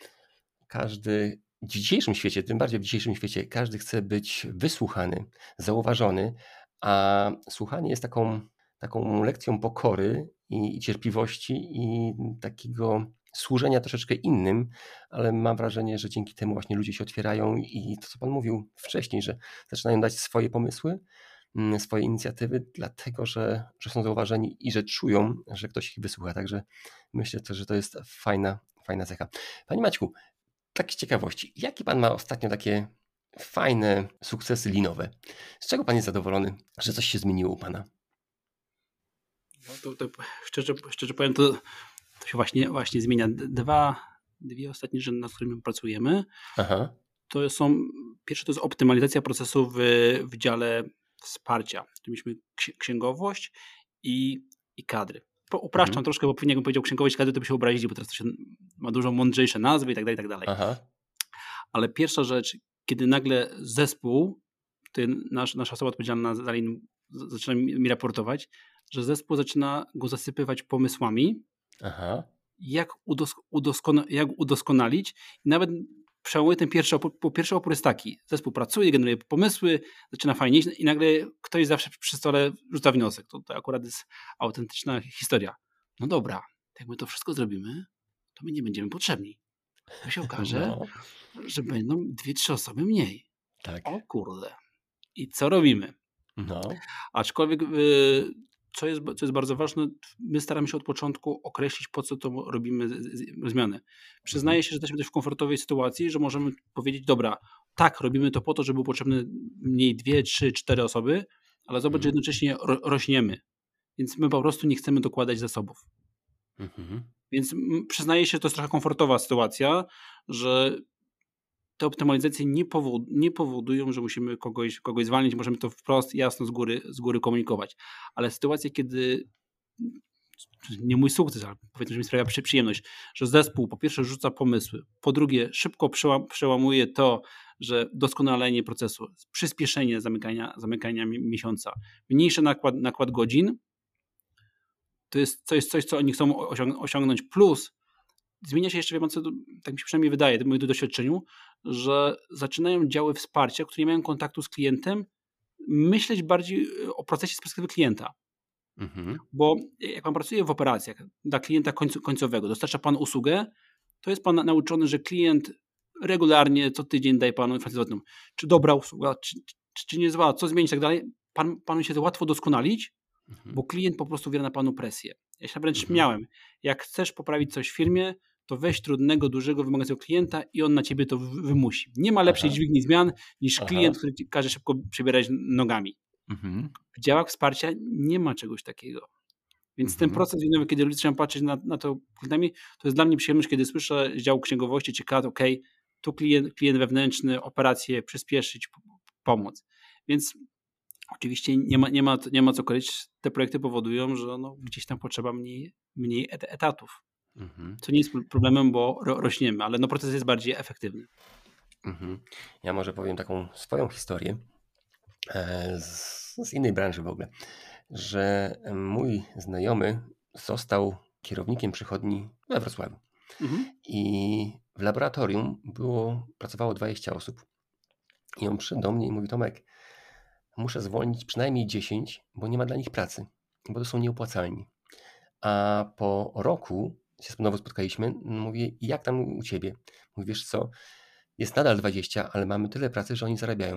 B: każdy w dzisiejszym świecie, tym bardziej w dzisiejszym świecie, każdy chce być wysłuchany, zauważony, a słuchanie jest taką lekcją pokory i cierpliwości i takiego służenia troszeczkę innym, ale mam wrażenie, że dzięki temu właśnie ludzie się otwierają i to, co pan mówił wcześniej, że zaczynają dać swoje pomysły, swoje inicjatywy, dlatego, że są zauważeni i że czują, że ktoś ich wysłucha. Także myślę też, że to jest fajna cecha. Panie Maćku, tak z ciekawości, jakie pan ma ostatnio takie fajne sukcesy linowe? Z czego pan jest zadowolony, że coś się zmieniło u pana?
A: No to szczerze powiem, to się właśnie zmienia. Dwie ostatnie rzeczy, nad którymi pracujemy, pierwsze to jest optymalizacja procesu w dziale wsparcia. Tu mieliśmy księgowość i kadry. Upraszczam troszkę, bo pewnie jakbym powiedział księgowość i kadry, to by się obrazili, bo teraz to się ma dużo mądrzejsze nazwy i tak dalej. Ale pierwsza rzecz, kiedy nagle zespół, nasza osoba odpowiedzialna za zaczyna mi raportować, że zespół zaczyna go zasypywać pomysłami, jak udoskonalić i nawet przełamuje ten pierwszy opór, bo pierwszy opór jest taki, zespół pracuje, generuje pomysły, zaczyna fajnie iść i nagle ktoś zawsze przy stole rzuca wniosek. To akurat jest autentyczna historia. No dobra, jak my to wszystko zrobimy, to my nie będziemy potrzebni. To się okaże, że będą 2-3 osoby mniej.
B: Tak.
A: O kurde. I co robimy? Aczkolwiek co jest bardzo ważne, my staramy się od początku określić, po co to robimy zmiany. Przyznaję się, że jesteśmy też w komfortowej sytuacji, że możemy powiedzieć, dobra, tak, robimy to po to, żeby było potrzebne mniej 2, 3, 4 osoby, ale zobacz, że jednocześnie rośniemy. Więc my po prostu nie chcemy dokładać zasobów. Więc przyznaję się, że to jest trochę komfortowa sytuacja, że te optymalizacje nie powodują, że musimy kogoś zwalniać, możemy to wprost, jasno z góry komunikować. Ale sytuacje, kiedy nie mój sukces, ale powiedzmy, że mi sprawia przyjemność, że zespół po pierwsze rzuca pomysły, po drugie szybko przełamuje to, że doskonalenie procesu, przyspieszenie zamykania miesiąca, mniejszy nakład godzin, to jest coś, co oni chcą osiągnąć, plus zmienia się jeszcze, tak mi się przynajmniej wydaje, w moim doświadczeniu, że zaczynają działy wsparcia, które nie mają kontaktu z klientem, myśleć bardziej o procesie z perspektywy klienta. Bo jak pan pracuje w operacjach dla klienta końcowego, dostarcza pan usługę, to jest pan nauczony, że klient regularnie co tydzień daje panu informację zwrotną, czy dobra usługa, czy nie zła, co zmienić i tak dalej. Panu się to łatwo doskonalić, bo klient po prostu wiera na panu presję. Ja się wręcz śmiałem. Jak chcesz poprawić coś w firmie, to weź trudnego, dużego, wymagającego klienta i on na ciebie to wymusi. Nie ma lepszej dźwigni zmian niż klient, który ci każe szybko przebierać nogami. W działach wsparcia nie ma czegoś takiego. Więc ten proces zmianowy, kiedy ludzie zaczynają patrzeć na to klientami, to jest dla mnie przyjemność, kiedy słyszę z działu księgowości czy KAD, tu klient wewnętrzny, operacje przyspieszyć, pomóc. Więc oczywiście nie ma co kryć. Te projekty powodują, że gdzieś tam potrzeba mniej etatów. Co nie jest problemem, bo rośniemy, ale proces jest bardziej efektywny.
B: Ja może powiem taką swoją historię z innej branży w ogóle, że mój znajomy został kierownikiem przychodni we Wrocławiu i w laboratorium pracowało 20 osób i on przyszedł do mnie i mówi: Tomek, muszę zwolnić przynajmniej 10, bo nie ma dla nich pracy, bo to są nieopłacalni. A po roku się znowu spotkaliśmy, mówię: jak tam u ciebie? Mówi: wiesz co, jest nadal 20, ale mamy tyle pracy, że oni zarabiają.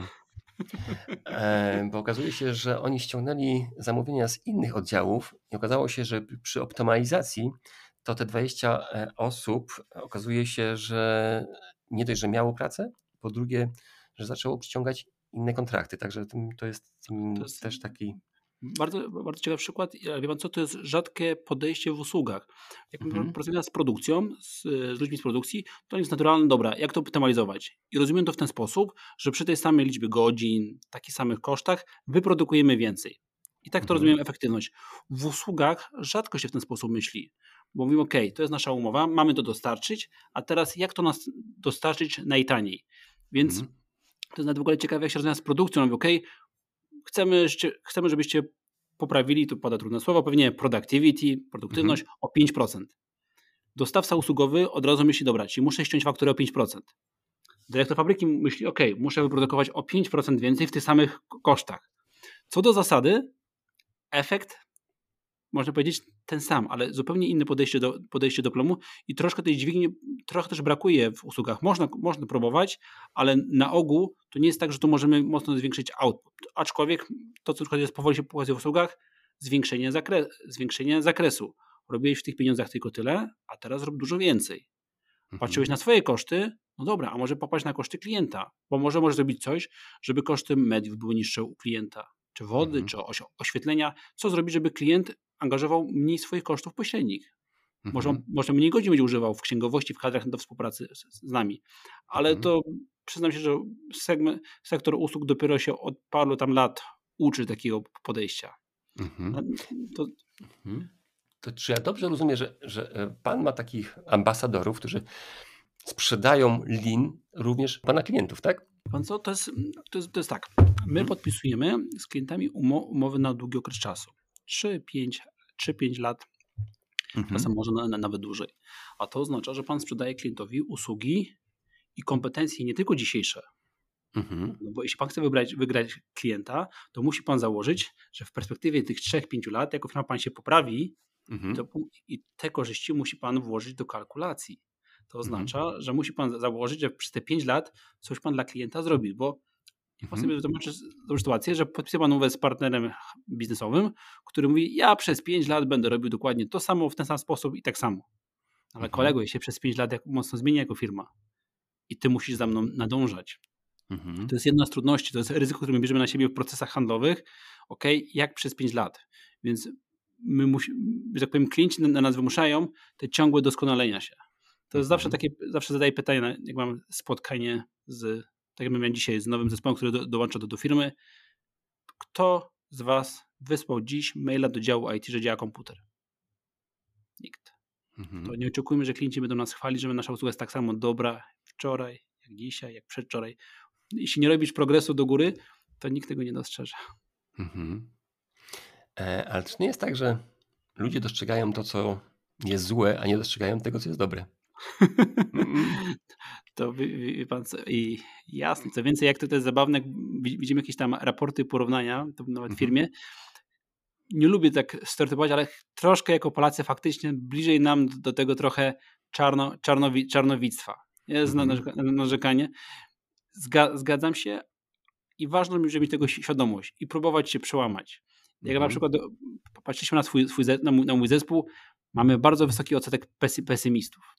B: Bo okazuje się, że oni ściągnęli zamówienia z innych oddziałów i okazało się, że przy optymalizacji to te 20 osób okazuje się, że nie dość, że miało pracę, po drugie, że zaczęło przyciągać inne kontrakty. Także to jest też taki...
A: Bardzo, bardzo ciekawy przykład. Wie pan co, to jest rzadkie podejście w usługach. Jak pracujemy z produkcją, z ludźmi z produkcji, to jest naturalne, dobra, jak to optymalizować? I rozumiem to w ten sposób, że przy tej samej liczbie godzin, takich samych kosztach, wyprodukujemy więcej. I tak to rozumiem efektywność. W usługach rzadko się w ten sposób myśli, bo mówimy: to jest nasza umowa, mamy to dostarczyć, a teraz jak to nas dostarczyć najtaniej? Więc to jest nawet w ogóle ciekawe, jak się rozmawia z produkcją. Mówię: chcemy, żebyście poprawili, tu pada trudne słowo, pewnie produktywność o 5%. Dostawca usługowy od razu myśli: dobra, czyli muszę ściąć fakturę o 5%. Dyrektor fabryki myśli: muszę wyprodukować o 5% więcej w tych samych kosztach. Co do zasady, efekt, można powiedzieć, ten sam, ale zupełnie inne podejście do problemu i troszkę tej dźwigni trochę też brakuje w usługach. Można próbować, ale na ogół to nie jest tak, że tu możemy mocno zwiększyć output. Aczkolwiek to, co jest powoli się pokazuje w usługach, zwiększenie zakresu. Robiłeś w tych pieniądzach tylko tyle, a teraz rób dużo więcej. Patrzyłeś na swoje koszty, no dobra, a może popatrz na koszty klienta, bo może zrobić coś, żeby koszty mediów były niższe u klienta, czy wody, czy oświetlenia. Co zrobić, żeby klient angażował mniej swoich kosztów pośrednich? Może mniej godzin będzie używał w księgowości, w kadrach do współpracy z nami. Ale to przyznam się, że sektor usług dopiero się od paru tam lat uczy takiego podejścia.
B: To czy ja dobrze rozumiem, że pan ma takich ambasadorów, którzy sprzedają Lean również pana klientów, tak?
A: Pan co? To jest tak. My podpisujemy z klientami umowy na długi okres czasu. 3-5 lat, czasem może nawet dłużej. A to oznacza, że pan sprzedaje klientowi usługi i kompetencje nie tylko dzisiejsze. No bo jeśli pan chce wygrać klienta, to musi pan założyć, że w perspektywie tych 3-5 lat, jako firma pan się poprawi, i te korzyści musi pan włożyć do kalkulacji. To oznacza, że musi pan założyć, że przez te 5 lat coś pan dla klienta zrobi, bo pan sobie zobaczy sytuację, że podpisuje pan umowę z partnerem biznesowym, który mówi, ja przez 5 lat będę robił dokładnie to samo, w ten sam sposób i tak samo. Ale kolego, ja się przez 5 lat mocno zmienię jako firma i ty musisz za mną nadążać. To jest jedna z trudności, to jest ryzyko, które my bierzemy na siebie w procesach handlowych. Jak przez 5 lat? Więc my musimy, że tak powiem, klienci na nas wymuszają te ciągłe doskonalenia się. To jest zawsze zadaję pytanie, jak mam spotkanie tak jak miałem dzisiaj, z nowym zespołem, który dołącza do firmy. Kto z was wysłał dziś maila do działu IT, że działa komputer? Nikt. To nie oczekujmy, że klienci będą nas chwalić, że nasza usługa jest tak samo dobra wczoraj, jak dzisiaj, jak przedwczoraj. Jeśli nie robisz progresu do góry, to nikt tego nie dostrzeże.
B: Ale czy nie jest tak, że ludzie dostrzegają to, co jest złe, a nie dostrzegają tego, co jest dobre?
A: To wie pan co, i jasne, co więcej, jak to jest zabawne, jak widzimy jakieś tam raporty porównania, to nawet w firmie, nie lubię tak stereotypować, ale troszkę jako Polacy faktycznie bliżej nam do tego trochę czarnowictwa. Jest narzekanie. Zgadzam się i ważne, żeby mieć tego świadomość i próbować się przełamać. Jak na przykład patrzyliśmy na mój zespół, mamy bardzo wysoki odsetek pesymistów.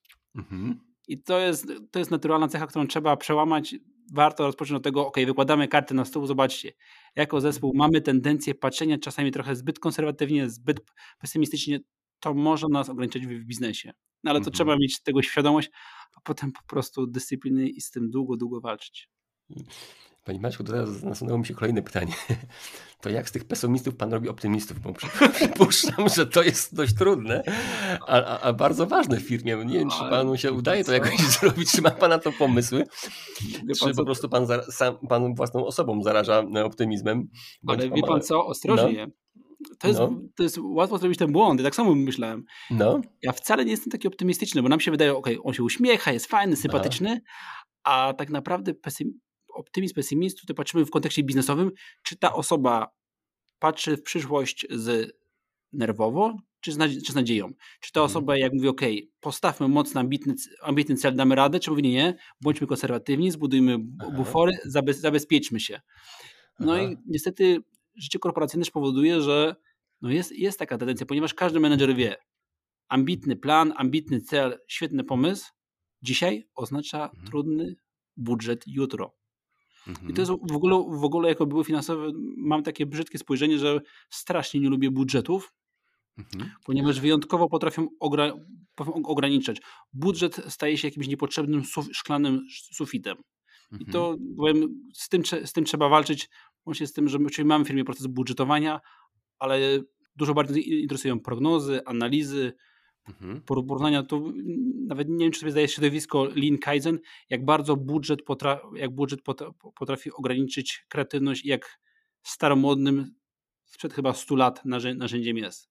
A: I to jest naturalna cecha, którą trzeba przełamać. Warto rozpocząć od tego, wykładamy karty na stół, zobaczcie, jako zespół mamy tendencję patrzenia czasami trochę zbyt konserwatywnie, zbyt pesymistycznie, to może nas ograniczać w biznesie. No ale to trzeba mieć tego świadomość, a potem po prostu dyscypliny i z tym długo walczyć.
B: Panie Maćku, teraz nasunęło mi się kolejne pytanie. To jak z tych pesymistów pan robi optymistów? Bo przypuszczam, że to jest dość trudne, a bardzo ważne w firmie. Nie wiem, czy panu się udaje to jakoś zrobić, czy ma pan na to pomysły, czy po prostu pan własną osobą zaraża optymizmem.
A: Ale wie pan co? Ostrożnie. To jest łatwo zrobić ten błąd. Tak samo myślałem. Ja wcale nie jestem taki optymistyczny, bo nam się wydaje, on się uśmiecha, jest fajny, sympatyczny, a tak naprawdę optymizm, pesymizm, tutaj patrzymy w kontekście biznesowym, czy ta osoba patrzy w przyszłość nerwowo, czy z nadzieją. Czy ta osoba, jak mówi, postawmy mocno ambitny cel, damy radę, czy mówi nie, bądźmy konserwatywni, zbudujmy bufory, zabezpieczmy się. No i niestety życie korporacyjne też powoduje, że jest taka tendencja, ponieważ każdy menedżer wie, ambitny plan, ambitny cel, świetny pomysł, dzisiaj oznacza trudny budżet jutro. I to jest w ogóle jako były finansowy, mam takie brzydkie spojrzenie, że strasznie nie lubię budżetów, ponieważ wyjątkowo potrafią ograniczać. Budżet staje się jakimś niepotrzebnym szklanym sufitem. I to powiem, z tym trzeba walczyć, łącznie z tym, że my mamy w firmie proces budżetowania, ale dużo bardziej interesują prognozy, analizy, porównania. To nawet nie wiem, czy sobie zdaje środowisko Lean Kaizen, jak bardzo budżet potrafi ograniczyć kreatywność, jak staromodnym sprzed chyba 100 lat narzędziem jest.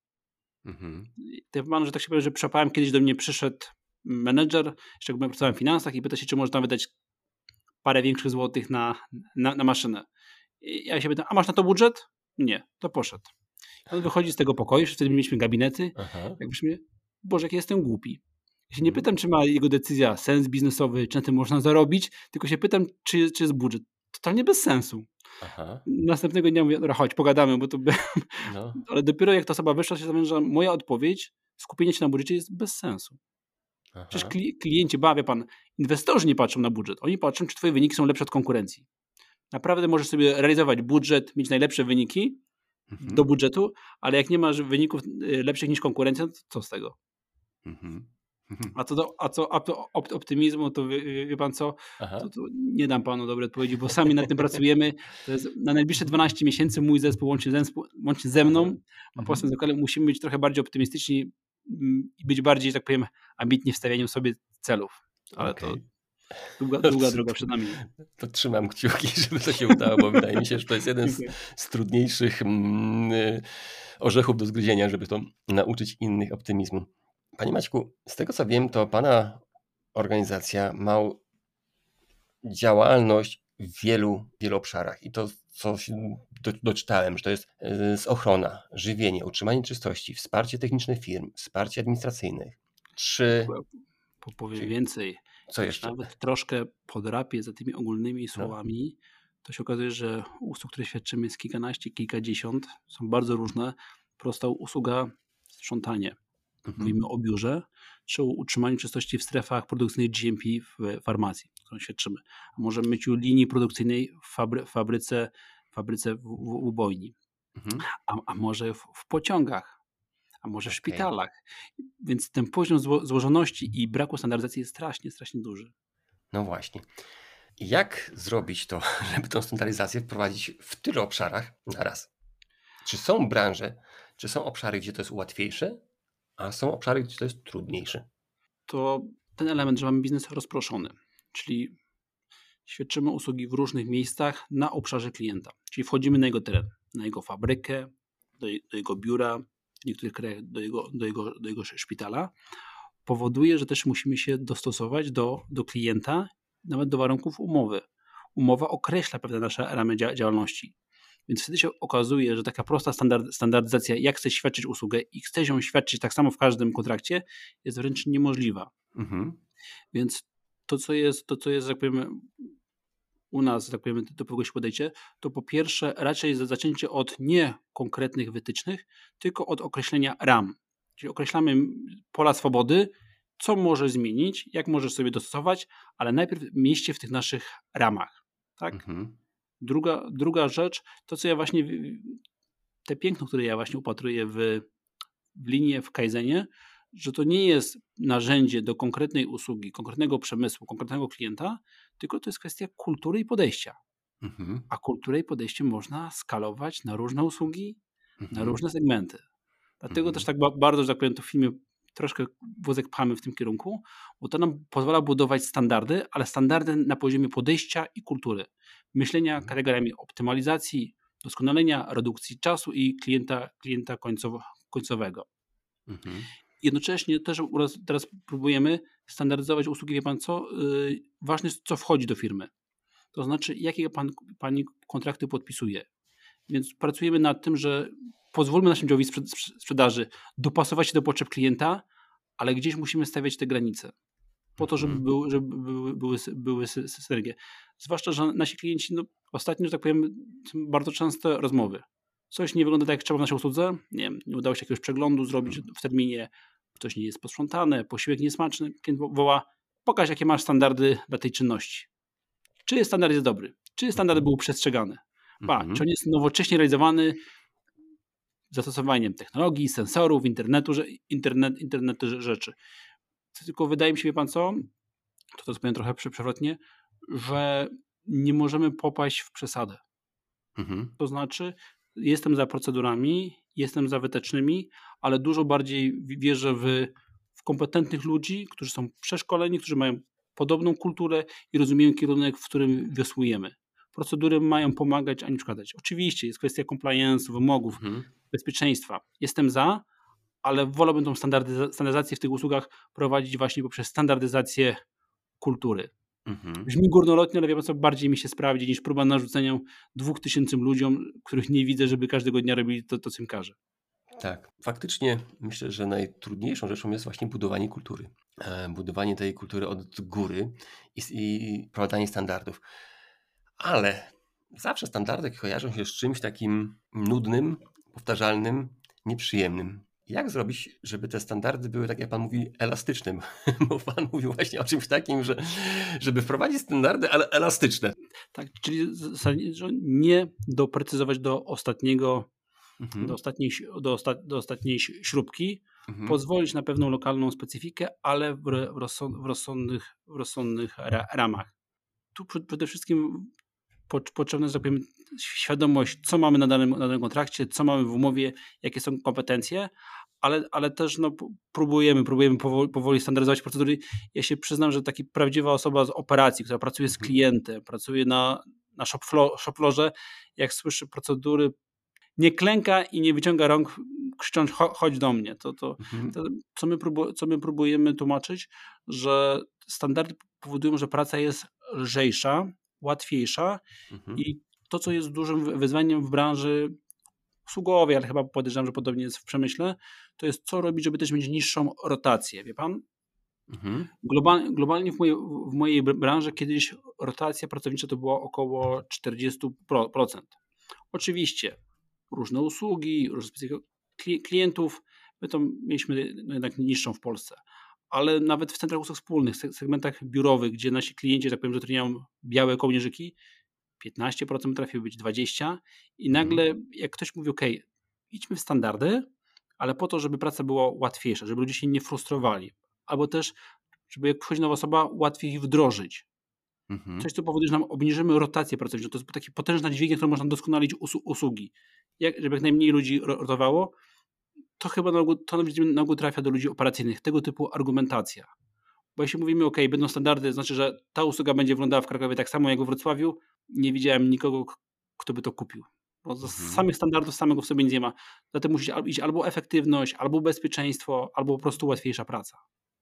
A: Że tak się powiem, że przepałem, kiedyś do mnie przyszedł menedżer, jeszcze jak pracowałem w finansach i pyta się, czy można wydać parę większych złotych na maszynę. I ja się pytam, a masz na to budżet? Nie, to poszedł. On wychodzi z tego pokoju, wtedy mieliśmy gabinety, jakbyśmy, Boże, jak ja jestem głupi. Ja się nie pytam, czy ma jego decyzja sens biznesowy, czy na tym można zarobić, tylko się pytam, czy jest budżet. Totalnie bez sensu. Następnego dnia mówię, dobra, chodź, pogadamy, bo to ale dopiero jak ta osoba wyszła, się zamienia, że moja odpowiedź, skupienie się na budżecie jest bez sensu. Przecież klienci, wie pan, inwestorzy nie patrzą na budżet. Oni patrzą, czy twoje wyniki są lepsze od konkurencji. Naprawdę możesz sobie realizować budżet, mieć najlepsze wyniki do budżetu, ale jak nie masz wyników lepszych niż konkurencja, to co z tego? A co optymizmu, to wie pan co? To nie dam panu dobrej odpowiedzi, bo sami nad tym pracujemy. To jest na najbliższe 12 miesięcy mój zespół łącznie ze mną, a poza tym musimy być trochę bardziej optymistyczni i być bardziej, tak powiem, ambitni w stawianiu sobie celów. Ale to długa droga przed nami.
B: To trzymam kciuki, żeby to się udało, bo wydaje mi się, że to jest jeden z trudniejszych orzechów do zgryzienia, żeby to nauczyć innych optymizmu. Panie Maćku, z tego co wiem, to Pana organizacja ma działalność w wielu obszarach i to, co się doczytałem, że to jest ochrona, żywienie, utrzymanie czystości, wsparcie techniczne firm, wsparcie administracyjne.
A: Powiem więcej.
B: Co jeszcze?
A: Nawet troszkę podrapię za tymi ogólnymi słowami, to się okazuje, że usług, które świadczymy jest kilkanaście, kilkadziesiąt, są bardzo różne. Prosta usługa sprzątanie. Mówimy o biurze, czy o utrzymaniu czystości w strefach produkcyjnych GMP w farmacji, którą świadczymy. A może myciu linii produkcyjnej w fabryce w ubojni. A może w pociągach, a może w szpitalach. Więc ten poziom złożoności i braku standaryzacji jest strasznie duży.
B: No właśnie. Jak zrobić to, żeby tę standaryzację wprowadzić w tylu obszarach naraz? Czy są branże, czy są obszary, gdzie to jest łatwiejsze, a są obszary, gdzie to jest trudniejsze?
A: To ten element, że mamy biznes rozproszony, czyli świadczymy usługi w różnych miejscach na obszarze klienta. Czyli wchodzimy na jego teren, na jego fabrykę, do jego biura, w niektórych krajach do jego szpitala. Powoduje, że też musimy się dostosować do klienta, nawet do warunków umowy. Umowa określa pewne nasze ramy działalności. Więc wtedy się okazuje, że taka prosta standaryzacja, jak chce świadczyć usługę i chce ją świadczyć tak samo w każdym kontrakcie, jest wręcz niemożliwa. Więc to, co jest, jak powiemy, u nas, tak powiemy, do kogoś podejście, to po pierwsze raczej zaczęcie od nie konkretnych wytycznych, tylko od określenia ram. Czyli określamy pola swobody, co może zmienić, jak możesz sobie dostosować, ale najpierw mieście w tych naszych ramach. Tak? Druga rzecz, to co ja właśnie, te piękno, które ja właśnie upatruję w linii, w Kaizenie, że to nie jest narzędzie do konkretnej usługi, konkretnego przemysłu, konkretnego klienta, tylko to jest kwestia kultury i podejścia. A kulturę i podejście można skalować na różne usługi, na różne segmenty. Dlatego też tak bardzo, że tak powiem, to w filmie troszkę wózek pchamy w tym kierunku, bo to nam pozwala budować standardy, ale standardy na poziomie podejścia i kultury. Myślenia kategoriami optymalizacji, doskonalenia, redukcji czasu i klienta końcowego. Jednocześnie też teraz próbujemy standaryzować usługi. Wie pan co? Ważne jest, co wchodzi do firmy. To znaczy, jakie pani kontrakty podpisuje. Więc pracujemy nad tym, że pozwólmy naszym działowi sprzedaży dopasować się do potrzeb klienta, ale gdzieś musimy stawiać te granice. Po to, żeby były synergie. Zwłaszcza, że nasi klienci, ostatnio, że tak powiem, są bardzo częste rozmowy. Coś nie wygląda tak, jak trzeba w naszej usłudze. Nie udało się jakiegoś przeglądu zrobić w terminie. Coś nie jest posprzątane, posiłek niesmaczny. Klient woła, pokaż, jakie masz standardy dla tej czynności. Czy standard jest dobry? Czy standard był przestrzegany? Czy on jest nowocześnie realizowany z zastosowaniem technologii, sensorów, internetu rzeczy. Tylko wydaje mi się, wie pan co, to powiem trochę przewrotnie, że nie możemy popaść w przesadę. To znaczy, jestem za procedurami, jestem za wytycznymi, ale dużo bardziej wierzę w kompetentnych ludzi, którzy są przeszkoleni, którzy mają podobną kulturę i rozumieją kierunek, w którym wiosłujemy. Procedury mają pomagać, a nie przeszkadzać. Oczywiście jest kwestia compliance, wymogów, bezpieczeństwa. Jestem za, ale wolałbym tą standaryzację w tych usługach prowadzić właśnie poprzez standaryzację kultury. Brzmi górnolotnie, ale wie pan co, bardziej mi się sprawdzi niż próba narzucenia 2000 ludziom, których nie widzę, żeby każdego dnia robili to, co im każe.
B: Tak, faktycznie myślę, że najtrudniejszą rzeczą jest właśnie budowanie kultury. Budowanie tej kultury od góry i wprowadzanie standardów. Ale zawsze standardy kojarzą się z czymś takim nudnym, powtarzalnym, nieprzyjemnym. Jak zrobić, żeby te standardy były, tak jak pan mówi, elastyczne? Bo pan mówił właśnie o czymś takim, żeby wprowadzić standardy, ale elastyczne.
A: Tak, czyli nie doprecyzować do ostatniego, do ostatniej śrubki, pozwolić na pewną lokalną specyfikę, ale w rozsądnych ramach. Tu przede wszystkim potrzebna jest, tak powiem, świadomość, co mamy na danym kontrakcie, co mamy w umowie, jakie są kompetencje, ale też próbujemy powoli standaryzować procedury. Ja się przyznam, że taka prawdziwa osoba z operacji, która pracuje z klientem, pracuje na shop floorze, jak słyszy procedury, nie klęka i nie wyciąga rąk, krzycząc chodź do mnie. To co my próbujemy tłumaczyć, że standardy powodują, że praca jest lżejsza, łatwiejsza i to, co jest dużym wyzwaniem w branży usługowej, ale chyba podejrzewam, że podobnie jest w przemyśle, to jest co robić, żeby też mieć niższą rotację, wie pan? Globalnie w mojej branży kiedyś rotacja pracownicza to była około 40%. Oczywiście różne usługi, różne klientów, my to mieliśmy jednak niższą w Polsce, ale nawet w centrach usług wspólnych, segmentach biurowych, gdzie nasi klienci, tak powiem, zatrudniają białe kołnierzyki, 15% trafiły być 20% i nagle jak ktoś mówi, idźmy w standardy, ale po to, żeby praca była łatwiejsza, żeby ludzie się nie frustrowali, albo też, żeby jak przychodzi nowa osoba, łatwiej ich wdrożyć. Coś, co powoduje, że nam obniżymy rotację pracowniczą. To jest taka potężna dźwignia, którą można doskonalić usługi. Żeby jak najmniej ludzi rotowało, to chyba na ogół trafia do ludzi operacyjnych. Tego typu argumentacja. Bo jeśli mówimy, będą standardy, znaczy, że ta usługa będzie wyglądała w Krakowie tak samo jak we Wrocławiu, nie widziałem nikogo, kto by to kupił. Bo z samych standardów samego w sobie nic nie ma. Zatem musi iść albo efektywność, albo bezpieczeństwo, albo po prostu łatwiejsza praca.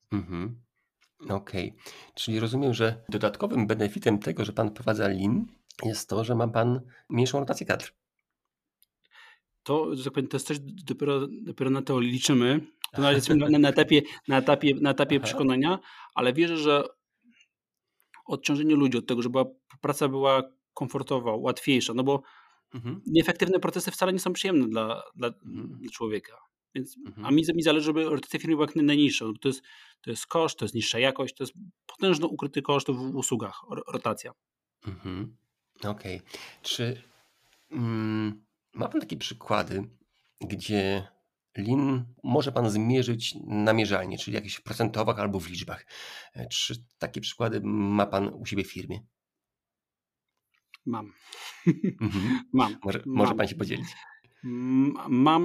B: Okej. Czyli rozumiem, że dodatkowym benefitem tego, że pan wprowadza Lean, jest to, że ma pan mniejszą rotację kadr.
A: To, że tak powiem, to jest coś, dopiero na to liczymy. To na razie jesteśmy na etapie przekonania, ale wierzę, że odciążenie ludzi od tego, żeby praca była komfortowa, łatwiejsza, no bo nieefektywne procesy wcale nie są przyjemne dla człowieka. Więc, a mi zależy, żeby rotacja firmy była jak najniższa. To jest koszt, to jest niższa jakość, to jest potężno ukryty koszt w usługach, rotacja.
B: Okej. Czy ma pan takie przykłady, gdzie Lean może pan zmierzyć namierzalnie, czyli jakieś w procentowach albo w liczbach? Czy takie przykłady ma pan u siebie w firmie?
A: Mam.
B: Może pan się podzielić?
A: Mam.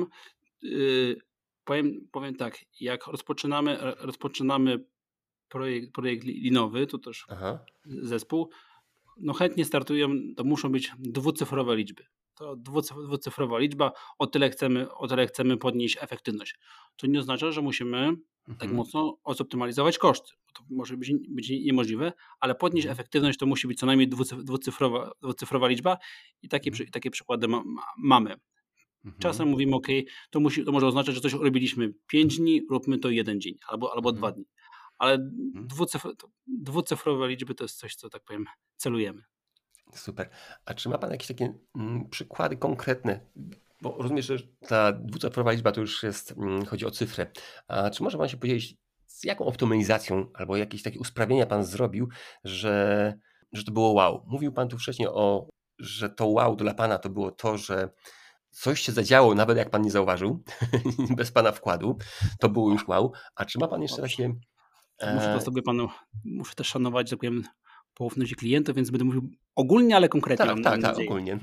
A: Powiem tak, jak rozpoczynamy projekt linowy, to też zespół, no chętnie startują, to muszą być dwucyfrowe liczby. To dwucyfrowa liczba, o tyle chcemy podnieść efektywność. To nie oznacza, że musimy tak mocno zoptymalizować koszty. To może być niemożliwe, ale podnieść efektywność to musi być co najmniej dwucyfrowa liczba i takie przykłady mamy. Czasem mówimy, to może oznaczać, że coś robiliśmy 5 dni, róbmy to 1 dzień albo 2 dni. Ale dwucyfrowe liczby to jest coś, co tak powiem celujemy.
B: Super. A czy ma pan jakieś takie przykłady konkretne? Bo rozumiem, że ta dwucyfrowa liczba to już jest, chodzi o cyfrę. A czy może pan się podzielić, z jaką optymalizacją albo jakieś takie usprawnienia pan zrobił, że to było wow? Mówił pan tu wcześniej że to wow dla pana to było to, że coś się zadziało, nawet jak pan nie zauważył, bez pana wkładu. To było już wow. A czy ma pan jeszcze takie...
A: Muszę też szanować, że tak powiem, poufność klientów, więc będę mówił ogólnie, ale konkretnie.
B: Tak, ogólnie.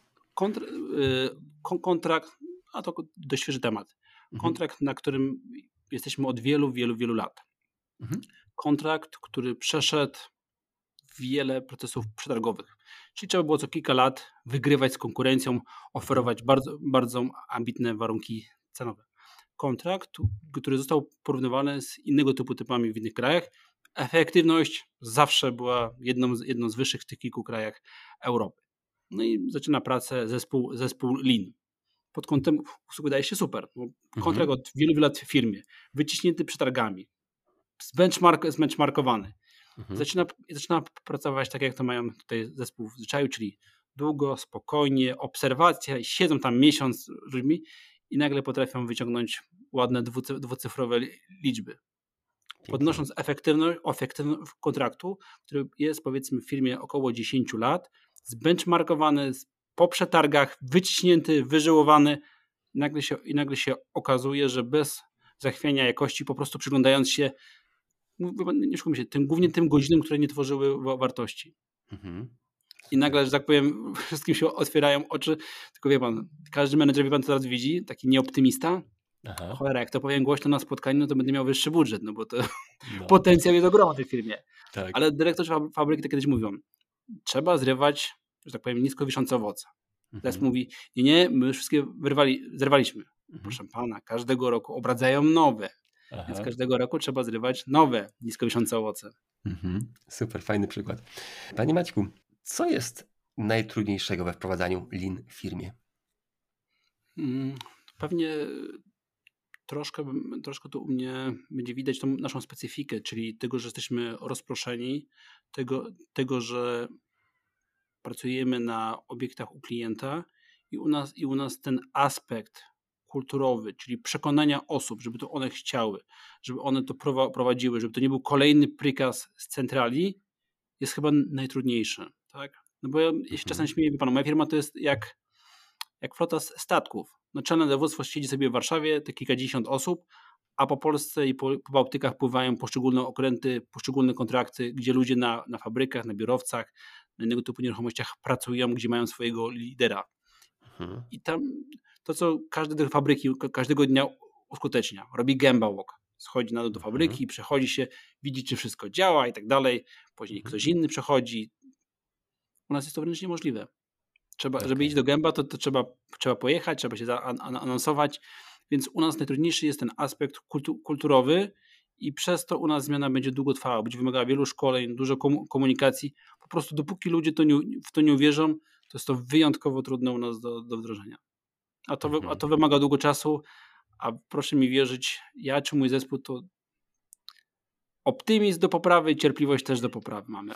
A: Kontrakt, a to dość świeży temat. Kontrakt, na którym jesteśmy od wielu, wielu, wielu lat. Kontrakt, który przeszedł wiele procesów przetargowych. Czyli trzeba było co kilka lat wygrywać z konkurencją, oferować bardzo, bardzo ambitne warunki cenowe. Kontrakt, który został porównywany z innego typu typami w innych krajach. Efektywność zawsze była jedną z wyższych w tych kilku krajach Europy. No i zaczyna pracę zespół Lean. Pod kątem usług wydaje się super. Kontrakt od wielu lat w firmie, wyciśnięty przetargami, zbenchmarkowany. Zaczyna pracować tak, jak to mają tutaj zespół w zwyczaju, czyli długo, spokojnie, obserwacja, siedzą tam miesiąc z ludźmi i nagle potrafią wyciągnąć ładne dwucyfrowe liczby. Podnosząc efektywność kontraktu, który jest powiedzmy w firmie około 10 lat, zbenchmarkowany po przetargach, wyciśnięty, wyżyłowany i nagle się okazuje, że bez zachwiania jakości, po prostu przyglądając się, nie szukamy się, głównie tym godzinom, które nie tworzyły wartości. I nagle, że tak powiem, wszystkim się otwierają oczy, tylko wie pan, każdy menedżer, wie pan, co teraz widzi, taki nieoptymista. Cholera, jak to powiem głośno na spotkaniu, no to będę miał wyższy budżet, no bo to potencjał jest ogromny w tej firmie. Tak. Ale dyrektorzy fabryki to kiedyś mówią, trzeba zrywać, że tak powiem, nisko wiszące owoce. Zespół mówi, nie, my już wszystkie zerwaliśmy. Proszę pana, każdego roku obradzają nowe. Więc każdego roku trzeba zrywać nowe niskowiszące owoce.
B: Super, fajny przykład. Panie Maćku, co jest najtrudniejszego we wprowadzaniu Lean w firmie?
A: Pewnie troszkę to u mnie będzie widać tą naszą specyfikę, czyli tego, że jesteśmy rozproszeni, tego, że pracujemy na obiektach u klienta i u nas ten aspekt kulturowy, czyli przekonania osób, żeby to one chciały, żeby one to prowadziły, żeby to nie był kolejny prikaz z centrali, jest chyba najtrudniejsze. Tak? No bo ja się czasem śmieję, wie pan, moja firma to jest jak flota statków. Naczelne dowództwo siedzi sobie w Warszawie, te kilkadziesiąt osób, a po Polsce i po Bałtykach pływają poszczególne okręty, poszczególne kontrakty, gdzie ludzie na fabrykach, na biurowcach, na innego typu nieruchomościach pracują, gdzie mają swojego lidera. I tam to, co każdy do fabryki każdego dnia uskutecznia, robi Gemba Walk. Schodzi na dół do fabryki, przechodzi się, widzi, czy wszystko działa i tak dalej. Później ktoś inny przechodzi. U nas jest to wręcz niemożliwe. Żeby iść do Gęba, to trzeba pojechać, trzeba się zaanonsować, więc u nas najtrudniejszy jest ten aspekt kulturowy i przez to u nas zmiana będzie długo trwała, będzie wymagała wielu szkoleń, dużo komunikacji. Po prostu dopóki ludzie w to nie uwierzą, to jest to wyjątkowo trudne u nas do wdrożenia. A to wymaga długo czasu, a proszę mi wierzyć, ja czy mój zespół to optymizm do poprawy i cierpliwość też do poprawy mamy.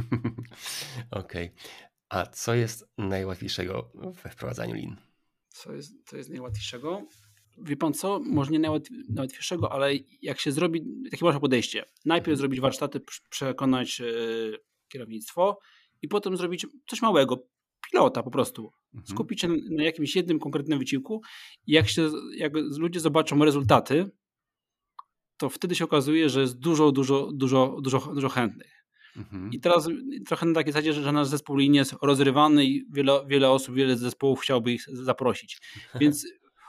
B: Okej. A co jest najłatwiejszego we wprowadzaniu Lean?
A: Co jest najłatwiejszego? Wie pan co? Może nie najłatwiejszego, ale jak się zrobi, takie może podejście. Najpierw zrobić warsztaty, przekonać kierownictwo i potem zrobić coś małego, pilota po prostu. Skupić się na jakimś jednym konkretnym wysiłku i jak ludzie zobaczą rezultaty, to wtedy się okazuje, że jest dużo chętnych. I teraz trochę na takiej zasadzie, że nasz zespół Lean jest rozrywany i wiele osób, wiele zespołów chciałoby ich zaprosić. Więc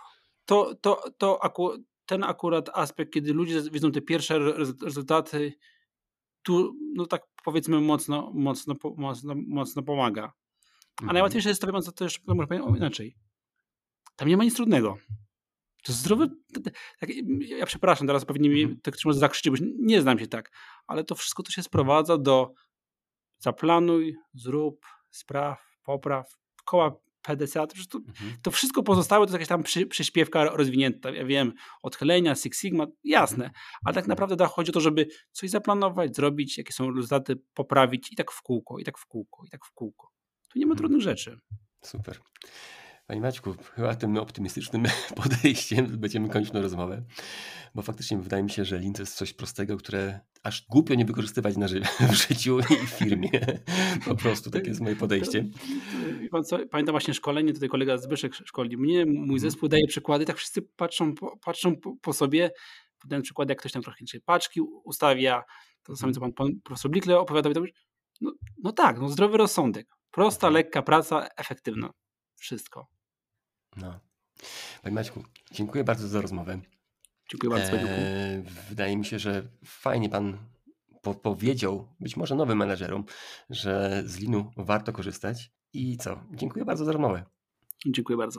A: ten akurat aspekt, kiedy ludzie widzą te pierwsze rezultaty, tu no tak powiedzmy mocno pomaga. A najłatwiejsze jest to, co też może powiedzieć inaczej. Tam nie ma nic trudnego. To jest zdrowy. Ja przepraszam, teraz pewnie ktoś może zakrzyczy, bo nie znam się tak, ale to wszystko to się sprowadza do zaplanuj, zrób, spraw, popraw, koła PDCA. To wszystko pozostałe to jest jakaś tam przyśpiewka rozwinięta. Ja wiem, odchylenia, Six Sigma, jasne, ale tak naprawdę chodzi o to, żeby coś zaplanować, zrobić, jakie są rezultaty, poprawić i tak w kółko, i tak w kółko, i tak w kółko. Tu nie ma trudnych rzeczy.
B: Super. Panie Maćku, chyba tym optymistycznym podejściem będziemy kończyć rozmowę, bo faktycznie wydaje mi się, że Lean to jest coś prostego, które aż głupio nie wykorzystywać w życiu i w firmie. Po prostu takie jest moje podejście.
A: Pamiętam właśnie szkolenie, tutaj kolega Zbyszek szkoli mnie, mój zespół daje przykłady, tak wszyscy patrzą po sobie, potem przykład, jak ktoś tam trochę paczki ustawia, to samo co pan profesor Blikle opowiadał, no tak, zdrowy rozsądek, prosta, lekka praca, efektywna. Wszystko.
B: No. Panie Maćku, dziękuję bardzo za rozmowę.
A: Dziękuję bardzo.
B: Wydaje mi się, że fajnie pan powiedział, być może nowym menedżerom, że z Leanu warto korzystać. I co? Dziękuję bardzo za rozmowę.
A: Dziękuję bardzo.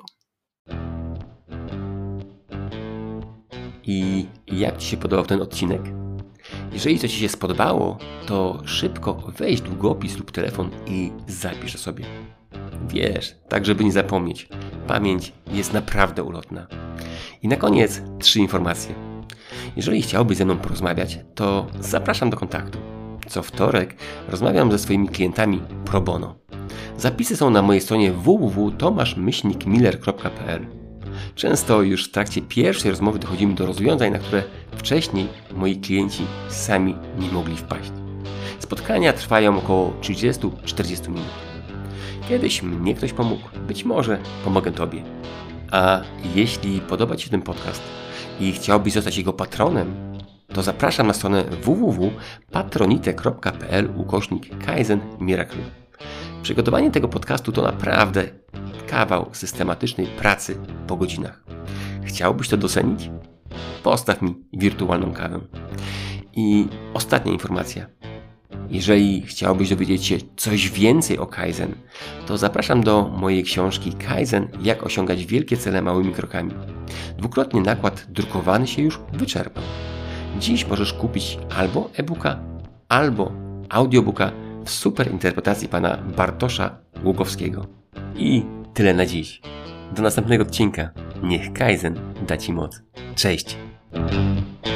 B: I jak ci się podobał ten odcinek? Jeżeli coś ci się spodobało, to szybko weź długopis lub telefon i zapisz sobie. Wiesz, tak żeby nie zapomnieć. Pamięć jest naprawdę ulotna. I na koniec 3 informacje. Jeżeli chciałbyś ze mną porozmawiać, to zapraszam do kontaktu. Co wtorek rozmawiam ze swoimi klientami pro bono. Zapisy są na mojej stronie www.tomaszmyślnikmiller.pl. Często już w trakcie pierwszej rozmowy dochodzimy do rozwiązań, na które wcześniej moi klienci sami nie mogli wpaść. Spotkania trwają około 30-40 minut. Kiedyś mnie ktoś pomógł, być może pomogę Tobie. A jeśli podoba Ci się ten podcast i chciałbyś zostać jego patronem, to zapraszam na stronę www.patronite.pl/Kaizen Miracle. Przygotowanie tego podcastu to naprawdę kawał systematycznej pracy po godzinach. Chciałbyś to docenić? Postaw mi wirtualną kawę. I ostatnia informacja. Jeżeli chciałbyś dowiedzieć się coś więcej o Kaizen, to zapraszam do mojej książki Kaizen – jak osiągać wielkie cele małymi krokami. Dwukrotnie nakład drukowany się już wyczerpał. Dziś możesz kupić albo e-booka, albo audiobooka w super interpretacji pana Bartosza Łukowskiego. I tyle na dziś. Do następnego odcinka. Niech Kaizen da Ci moc. Cześć!